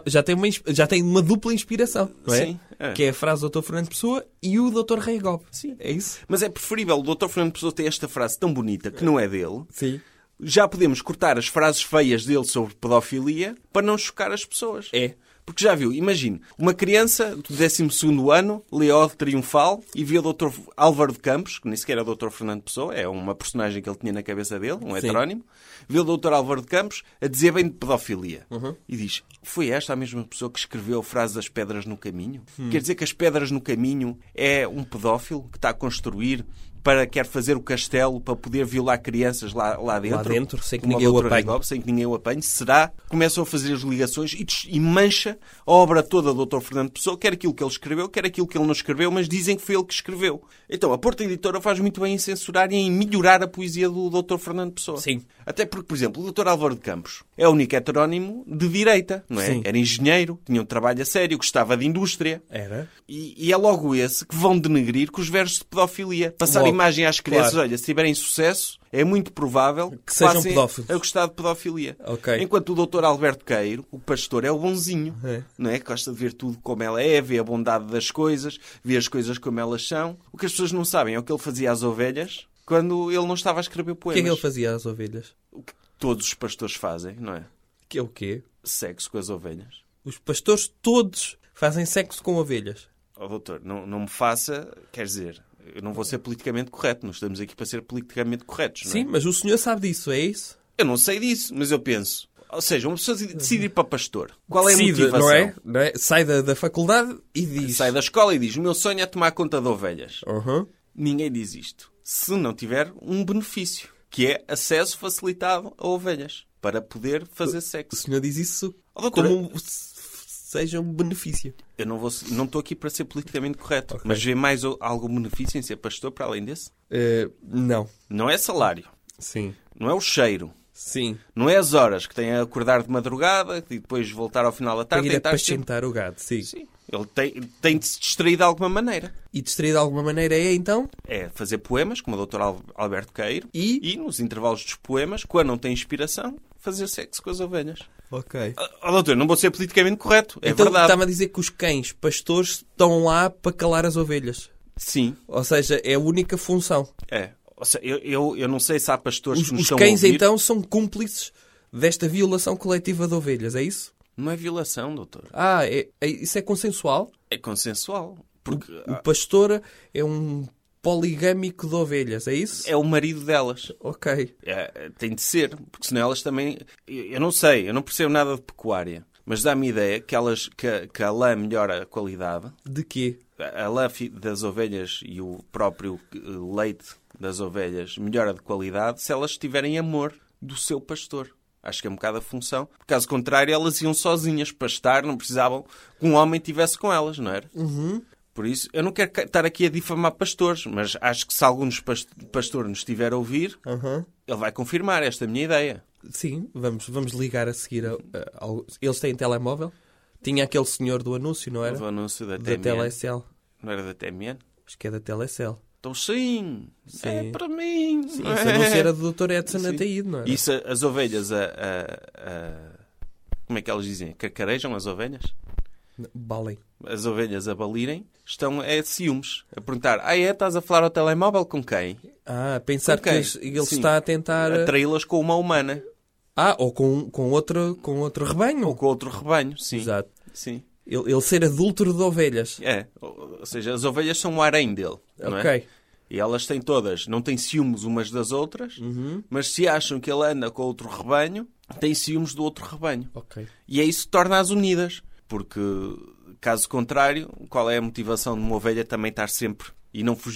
já tem uma dupla inspiração, não é? Sim, é. Que é a frase do Dr. Fernando Pessoa e o Dr. Rei Gob. Sim. É isso? Mas é preferível o Dr. Fernando Pessoa ter esta frase tão bonita, que não é dele. Sim. Já podemos cortar as frases feias dele sobre pedofilia para não chocar as pessoas. É. Porque já viu, imagine, uma criança do 12º ano, lê Ode Triunfal e vê o Dr. Álvaro de Campos, que nem sequer é o Dr. Fernando Pessoa, é uma personagem que ele tinha na cabeça dele, um heterónimo, vê o Dr. Álvaro de Campos a dizer bem de pedofilia. E diz, foi esta a mesma pessoa que escreveu a frase das pedras no caminho? Quer dizer que as pedras no caminho é um pedófilo que está a construir quer fazer o castelo para poder violar crianças lá dentro? Lá dentro, sem que Como ninguém o Dr. apanhe. Rigob, sem que ninguém o apanhe. Será? Começam a fazer as ligações e mancha a obra toda do Dr. Fernando Pessoa, quer aquilo que ele escreveu, quer aquilo que ele não escreveu, mas dizem que foi ele que escreveu. Então, a Porta Editora faz muito bem em censurar e em melhorar a poesia do Dr. Fernando Pessoa. Sim. Até porque, por exemplo, o Dr. Álvaro de Campos é o único heterónimo de direita, não é? Sim. Era engenheiro, tinha um trabalho a sério, gostava de indústria. Era. E é logo esse que vão denegrir com os versos de pedofilia. Passar Logo. imagem às crianças, Claro. olha, se tiverem sucesso, é muito provável Que sejam passem pedófilos. a gostar de pedofilia. Ok. Enquanto o Dr. Alberto Queiro, o pastor, é o bonzinho. É. Não é? Gosta de ver tudo como ela é, vê a bondade das coisas, vê as coisas como elas são. O que as pessoas não sabem é o que ele fazia às ovelhas quando ele não estava a escrever O poemas. que é que ele fazia às ovelhas? O que todos os pastores fazem, não é? Que é o quê? Sexo com as ovelhas. Os pastores todos fazem sexo com ovelhas. Oh, doutor, não me faça... Quer dizer, eu não vou ser politicamente correto. Não estamos aqui para ser politicamente corretos, não é? Sim, mas o senhor sabe disso, é isso? Eu não sei disso, mas eu penso... Ou seja, uma pessoa decide ir para pastor. Qual é a Decide, motivação? não é? Sai da faculdade e diz... Sai da escola e diz, o meu sonho é tomar conta de ovelhas. Uhum. Ninguém diz isto. Se não tiver um benefício, que é acesso facilitado a ovelhas, para poder fazer O sexo. senhor diz isso Oh, doutora, como seja um benefício. eu não estou aqui para ser politicamente correto, Ok. mas vê mais algum benefício em ser pastor para além desse? Não. Não é salário, Sim. não é o cheiro, Sim. não é as horas que tem a acordar de madrugada e depois voltar ao final da Para tarde. ir a tentar sempre- pacentar o gado, sim. Sim. Ele tem de se distrair de alguma maneira. E distrair de alguma maneira é, então? É fazer poemas, como o Dr. Alberto Queiro, E? e nos intervalos dos poemas, quando não tem inspiração, fazer sexo com as ovelhas. Ok. Doutor, não vou ser politicamente correto. É então verdade. está-me a dizer que os cães pastores estão lá para calar as ovelhas. Sim, Ou seja, é a única função. é. Ou seja, eu não sei se há pastores que nos Os estão a cães, ouvir. então, são cúmplices desta violação coletiva de ovelhas, é isso? Não é violação, doutor. Isso é consensual? É consensual. Porque O pastor é um poligâmico de ovelhas, é isso? é o marido delas. Ok. Tem de ser, porque senão elas também... Eu não sei, eu não percebo nada de pecuária, mas dá-me ideia que a lã melhora a qualidade. De quê? A lã das ovelhas e o próprio leite das ovelhas melhora de qualidade se elas tiverem amor do seu pastor. Acho que é um bocado a função. Por caso contrário, elas iam sozinhas pastar, não precisavam que um homem estivesse com elas, não era? Uhum. Por isso, eu não quero estar aqui a difamar pastores, mas acho que se algum dos pastor nos estiver a ouvir, Uhum. ele vai confirmar esta minha ideia. Sim, vamos ligar a seguir. Eles têm telemóvel? Tinha aquele senhor do anúncio, não era? O anúncio da Da TMN. Telecel. Não era da TMN? Acho que é da Telecel. Então sim, Sim. é para mim. Sim, não esse é? anúncio era do Dr. Edson Sim. Ataíde, não era? Isso, as ovelhas como é que elas dizem? Cacarejam as ovelhas? Balem. As ovelhas a balirem, estão ciúmes. A perguntar, estás a falar ao telemóvel com quem? Pensar Com quem? que ele Sim. está a tentar... Atraí-las com uma humana. Ou com outro rebanho. Ou com outro rebanho, sim. Exato. Sim. Ele ser adúltero de ovelhas. É, ou seja, as ovelhas são o harém dele, não é? Ok. E elas têm todas, não têm ciúmes umas das outras, Uhum. mas se acham que ele anda com outro rebanho, têm ciúmes do outro rebanho. Ok. E é isso que torna-as unidas, porque, caso contrário, qual é a motivação de uma ovelha também estar sempre e não fugir?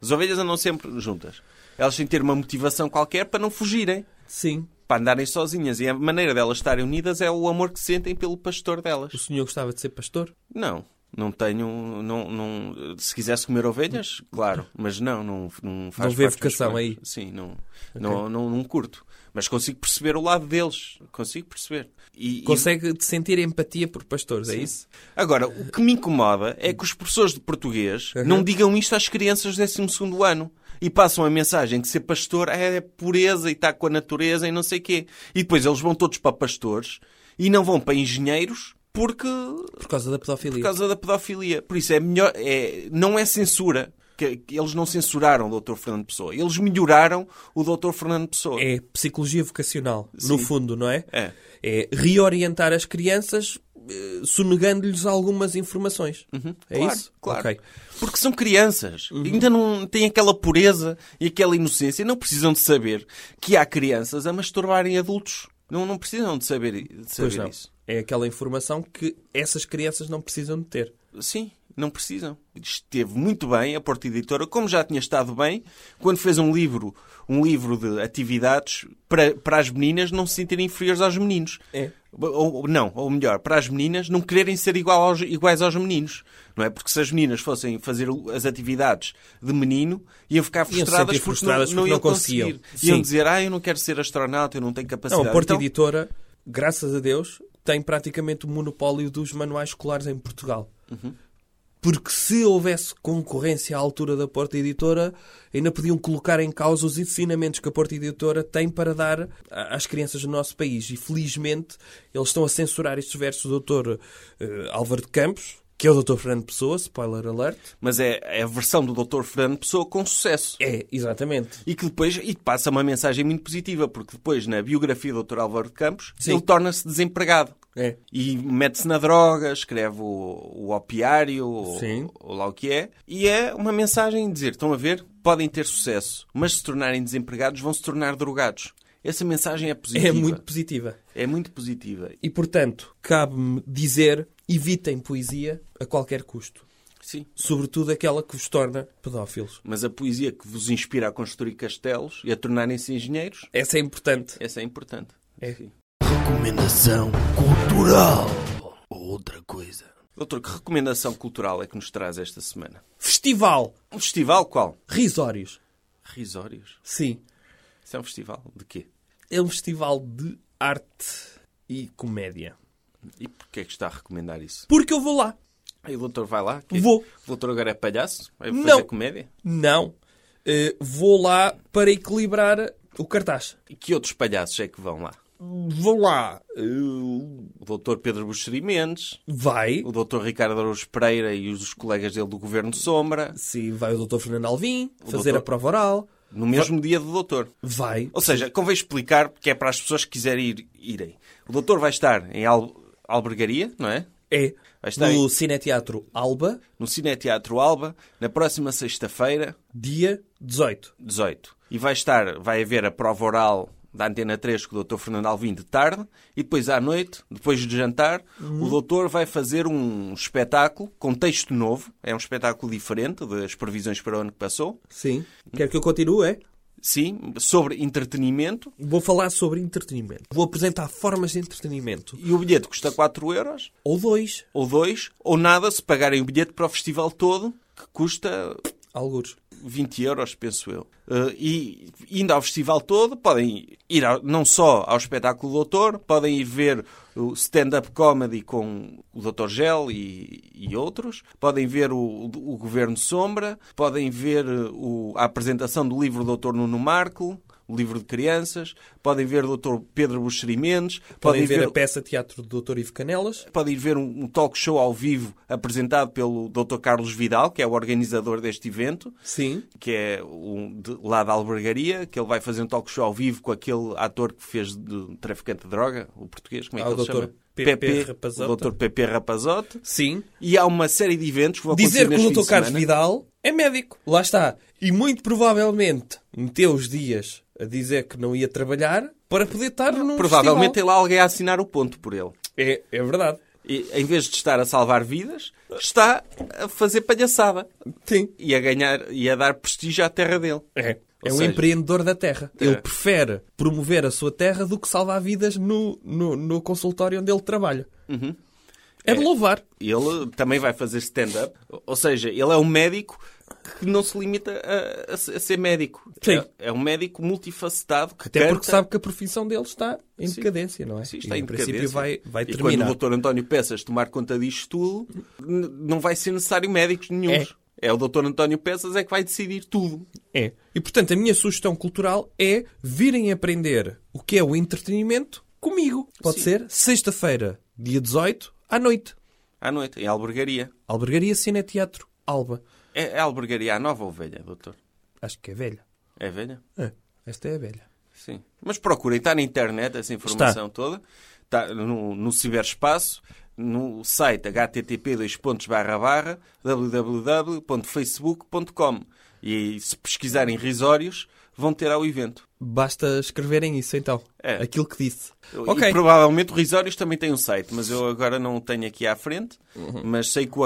As ovelhas andam sempre juntas. Elas têm que ter uma motivação qualquer para não fugirem. Sim. Para andarem sozinhas. E a maneira delas estarem unidas é o amor que sentem pelo pastor delas. O senhor gostava de ser pastor? Não. Não tenho... se quisesse comer ovelhas, claro. Mas não faz Não vê parte dos vocação planos. aí? Sim, não, Ok. não curto. Mas consigo perceber o lado deles. Consigo perceber. Consegue sentir empatia por pastores, é isso? Agora, o que me incomoda é que os professores de português Uhum. não digam isto às crianças do 12º ano. E passam a mensagem que ser pastor é pureza e está com a natureza e não sei o quê. E depois eles vão todos para pastores e não vão para engenheiros por causa da pedofilia. causa da pedofilia. Por isso é melhor, não é censura. Que eles não censuraram o Dr. Fernando Pessoa. Eles melhoraram o Dr. Fernando Pessoa. É psicologia vocacional, no Sim. fundo, não é? É. Reorientar as crianças sonegando-lhes algumas informações. É Claro, isso? claro. Ok. Porque são crianças. Ainda não têm aquela pureza e aquela inocência. Não precisam de saber que há crianças a masturbarem adultos. Não precisam de saber Pois não. isso. É aquela informação que essas crianças não precisam de ter. Sim, não precisam. Esteve muito bem a Porta Editora, como já tinha estado bem, quando fez um livro de atividades para as meninas não se sentirem inferiores aos meninos. É. Ou melhor, para as meninas não quererem ser iguais aos meninos. Não é? Porque se as meninas fossem fazer as atividades de menino, iam ficar frustradas porque não iam conseguir. Iam dizer, eu não quero ser astronauta, eu não tenho capacidade. Não, a Porta Então, Editora, graças a Deus, tem praticamente o monopólio dos manuais escolares em Portugal. Porque se houvesse concorrência à altura da Porta Editora, ainda podiam colocar em causa os ensinamentos que a Porta Editora tem para dar às crianças do nosso país. E, felizmente, eles estão a censurar estes versos do Dr. Álvaro de Campos, que é o Dr. Fernando Pessoa, spoiler alert. mas é a versão do Dr. Fernando Pessoa com sucesso. É, exatamente. E que depois passa uma mensagem muito positiva, porque depois, na biografia do Dr. Álvaro de Campos, Sim. ele torna-se desempregado. É. E mete-se na droga, escreve o opiário, Sim. ou lá o que é. E é uma mensagem de dizer, estão a ver, podem ter sucesso, mas se tornarem desempregados vão se tornar drogados. Essa mensagem é positiva. É muito positiva. É muito positiva. E, portanto, cabe-me dizer, evitem poesia a qualquer custo. Sim. Sobretudo aquela que vos torna pedófilos. Mas a poesia que vos inspira a construir castelos e a tornarem-se engenheiros, Essa é importante. essa é importante. É. Sim. Recomendação cultural. Ou outra coisa. Doutor, que recomendação cultural é que nos traz esta semana? Festival. Um festival qual? Risórios. Risórios. Sim. Isso é um festival de quê? É um festival de arte e comédia. E porquê é que está a recomendar isso? Porque eu vou lá. Aí o doutor vai lá? Quê? Vou. O doutor agora é palhaço? Vai fazer Não. comédia? Não. Vou lá para equilibrar o cartaz. E que outros palhaços é que vão lá? Vou lá. O doutor Pedro Buxeri Mendes, Vai. o doutor Ricardo Araújo Pereira e os colegas dele do Governo Sombra, Sim, vai o Dr. Fernando Alvim fazer doutor- a prova oral. no mesmo dia do doutor. Vai. Ou seja, convém explicar, porque é para as pessoas que quiserem irem. O doutor vai estar em Albergaria, não é? É. Vai estar No Cineteatro Alba, no Cineteatro Alba, na próxima sexta-feira, dia 18. 18. E vai haver a prova oral da Antena 3 com o Dr. Fernando Alvim de tarde, e depois à noite, depois de jantar, o doutor vai fazer um espetáculo com texto novo. É um espetáculo diferente das previsões para o ano que passou. Sim. Quer que eu continue, é? Sim, sobre entretenimento. Vou falar sobre entretenimento. Vou apresentar formas de entretenimento. E o bilhete custa 4 euros, Ou 2. ou 2, ou nada, se pagarem o bilhete para o festival todo, que custa Alguns. 20 euros, penso eu. E indo ao festival todo, podem ir não só ao espetáculo do doutor, podem ir ver o stand-up comedy com o Dr. Gel e outros, podem ver o Governo Sombra, podem ver a apresentação do livro do Doutor Nuno Marco, o livro de crianças, podem ver o Dr. Pedro Buxeri Mendes, Podem ver a peça teatro do Dr. Ivo Canelas. podem ir ver um talk show ao vivo apresentado pelo Dr. Carlos Vidal, que é o organizador deste evento, Sim. que é lá da Albergaria, que ele vai fazer um talk show ao vivo com aquele ator que fez de traficante de droga, o português, como é que O ele se Dr. chama? Pepe Rapazote. O Dr. Pepe Rapazote. Sim. E há uma série de eventos que vão Dizer acontecer que neste o fim Dr. de Carlos semana. Vidal é médico. Lá está. E muito provavelmente meteu os dias a dizer que não ia trabalhar para poder estar num Provavelmente festival. ele há alguém a assinar o ponto por ele. É verdade. E, em vez de estar a salvar vidas, está a fazer palhaçada. Sim. E a ganhar, e a dar prestígio à terra dele. É Ou um seja, empreendedor da terra. É. Ele prefere promover a sua terra do que salvar vidas no consultório onde ele trabalha. É de louvar. Ele também vai fazer stand-up. Ou seja, ele é um médico que não se limita a ser médico. Sim. É um médico multifacetado que Até canta. porque sabe que a profissão dele está em decadência, não é? Sim, está E, em princípio decadência. vai E terminar. quando o Dr. António Peças tomar conta disto tudo, não vai ser necessário médicos nenhuns. É o Dr. António Peças é que vai decidir tudo. É. E, portanto, a minha sugestão cultural é virem aprender o que é o entretenimento comigo. Pode Sim. ser sexta-feira, dia 18, à noite. À noite, em albergaria. Albergaria Cineteatro Alba. É a albergaria nova ou velha, doutor? Acho que é velha. É velha? Esta é a velha. Sim. Mas procurem, está na internet essa informação toda. Está no ciberespaço, no site http://www.facebook.com. E se pesquisarem risórios, vão ter ao evento. Basta escreverem isso, então. É. Aquilo que disse. E provavelmente o Risórios também tem um site, mas eu agora não o tenho aqui à frente. Mas sei que o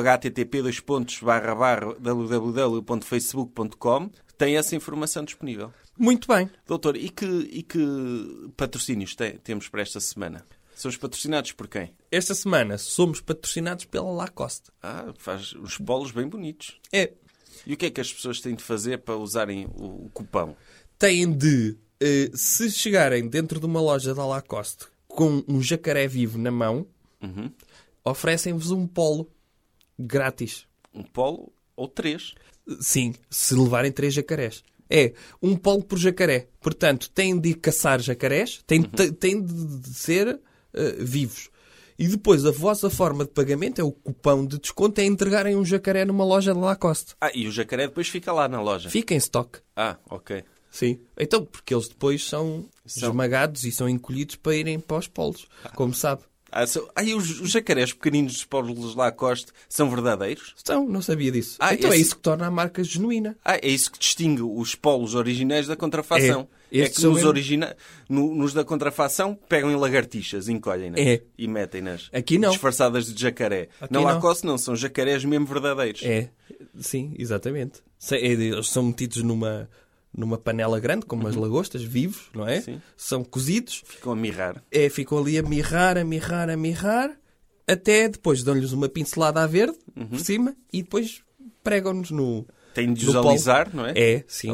http://www.facebook.com tem essa informação disponível. Muito bem. Doutor, e que patrocínios temos para esta semana? Somos patrocinados por quem? Esta semana somos patrocinados pela Lacoste. Faz uns polos bem bonitos. É. E o que é que as pessoas têm de fazer para usarem o cupão? Têm de, se chegarem dentro de uma loja da Lacoste com um jacaré vivo na mão, oferecem-vos um polo grátis. Um polo ou 3. Sim, se levarem 3 jacarés. É, um polo por jacaré. Portanto, têm de ir caçar jacarés, têm de ser vivos. E depois, a vossa forma de pagamento é o cupão de desconto, é entregarem um jacaré numa loja da Lacoste. E o jacaré depois fica lá na loja? Fica em stock. Ok. Sim. Então, porque eles depois são esmagados e são encolhidos para irem para os polos, como sabe. Os jacarés pequeninos dos polos Lacoste são verdadeiros? Não sabia disso. Então é isso que torna a marca genuína. É isso que distingue os polos originais da contrafação. É que nos da contrafação pegam em lagartixas, encolhem-nas e metem-nas. Aqui não. Disfarçadas de jacaré. Na Lacoste não, são jacarés mesmo verdadeiros. Sim, exatamente. Eles são metidos numa panela grande, como as lagostas, vivos, não é? Sim. São cozidos. Ficam a mirrar. Ficam ali a mirrar, até depois dão-lhes uma pincelada a verde por cima e depois pregam-nos no Tem de os alisar, não é? Sim.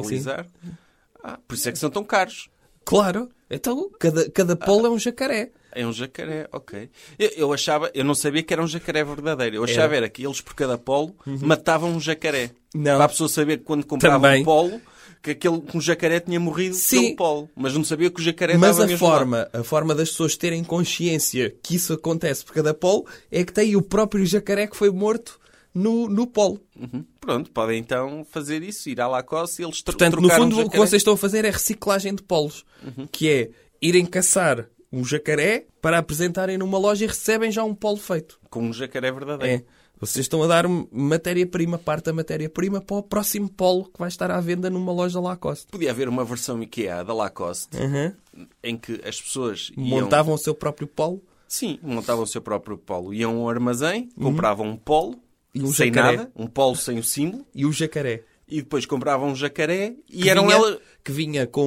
Por isso é que são tão caros. Claro. Então, cada polo é um jacaré. É um jacaré, ok. Eu não sabia que era um jacaré verdadeiro. Eu achava era que eles, por cada polo, matavam um jacaré. Não. Para a pessoa saber que quando comprava um polo, que um jacaré tinha morrido pelo polo. Mas não sabia que o jacaré estava mesmo lá. A forma das pessoas terem consciência que isso acontece por cada polo é que tem o próprio jacaré que foi morto no polo. Pronto, podem então fazer isso, ir à Lacoste e eles Portanto, no fundo, o que vocês estão a fazer é reciclagem de polos. Que é irem caçar um jacaré para apresentarem numa loja e recebem já um polo feito. Com um jacaré verdadeiro. Vocês estão a dar matéria-prima, parte da matéria-prima para o próximo polo que vai estar à venda numa loja Lacoste. Podia haver uma versão IKEA da Lacoste em que as pessoas montavam o seu próprio polo. Sim, montavam o seu próprio polo. Iam a um armazém, compravam um polo e um sem jacaré. nada, um polo sem o símbolo. E o jacaré. E depois compravam um jacaré e que vinha com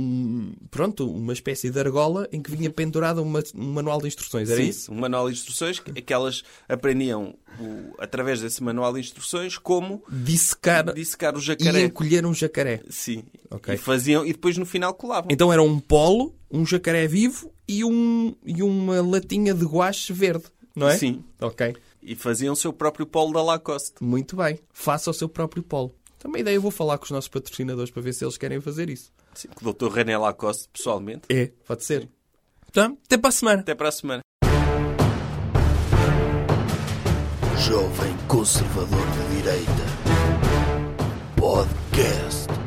uma espécie de argola em que vinha pendurado um manual de instruções, era isso? Um manual de instruções que elas aprendiam através desse manual de instruções como dissecar o jacaré. E encolher um jacaré. Sim. Okay. E depois no final colavam. Então era um polo, um jacaré vivo e uma latinha de guache verde, não é? Sim. Ok. E faziam o seu próprio polo da Lacoste. Muito bem. Faça o seu próprio polo. Também ideia, eu vou falar com os nossos patrocinadores para ver se eles querem fazer isso. Sim, com o Dr. René Lacoste, pessoalmente. Pode ser. Então, até para a semana. Até para a semana. Jovem Conservador de Direita. Podcast.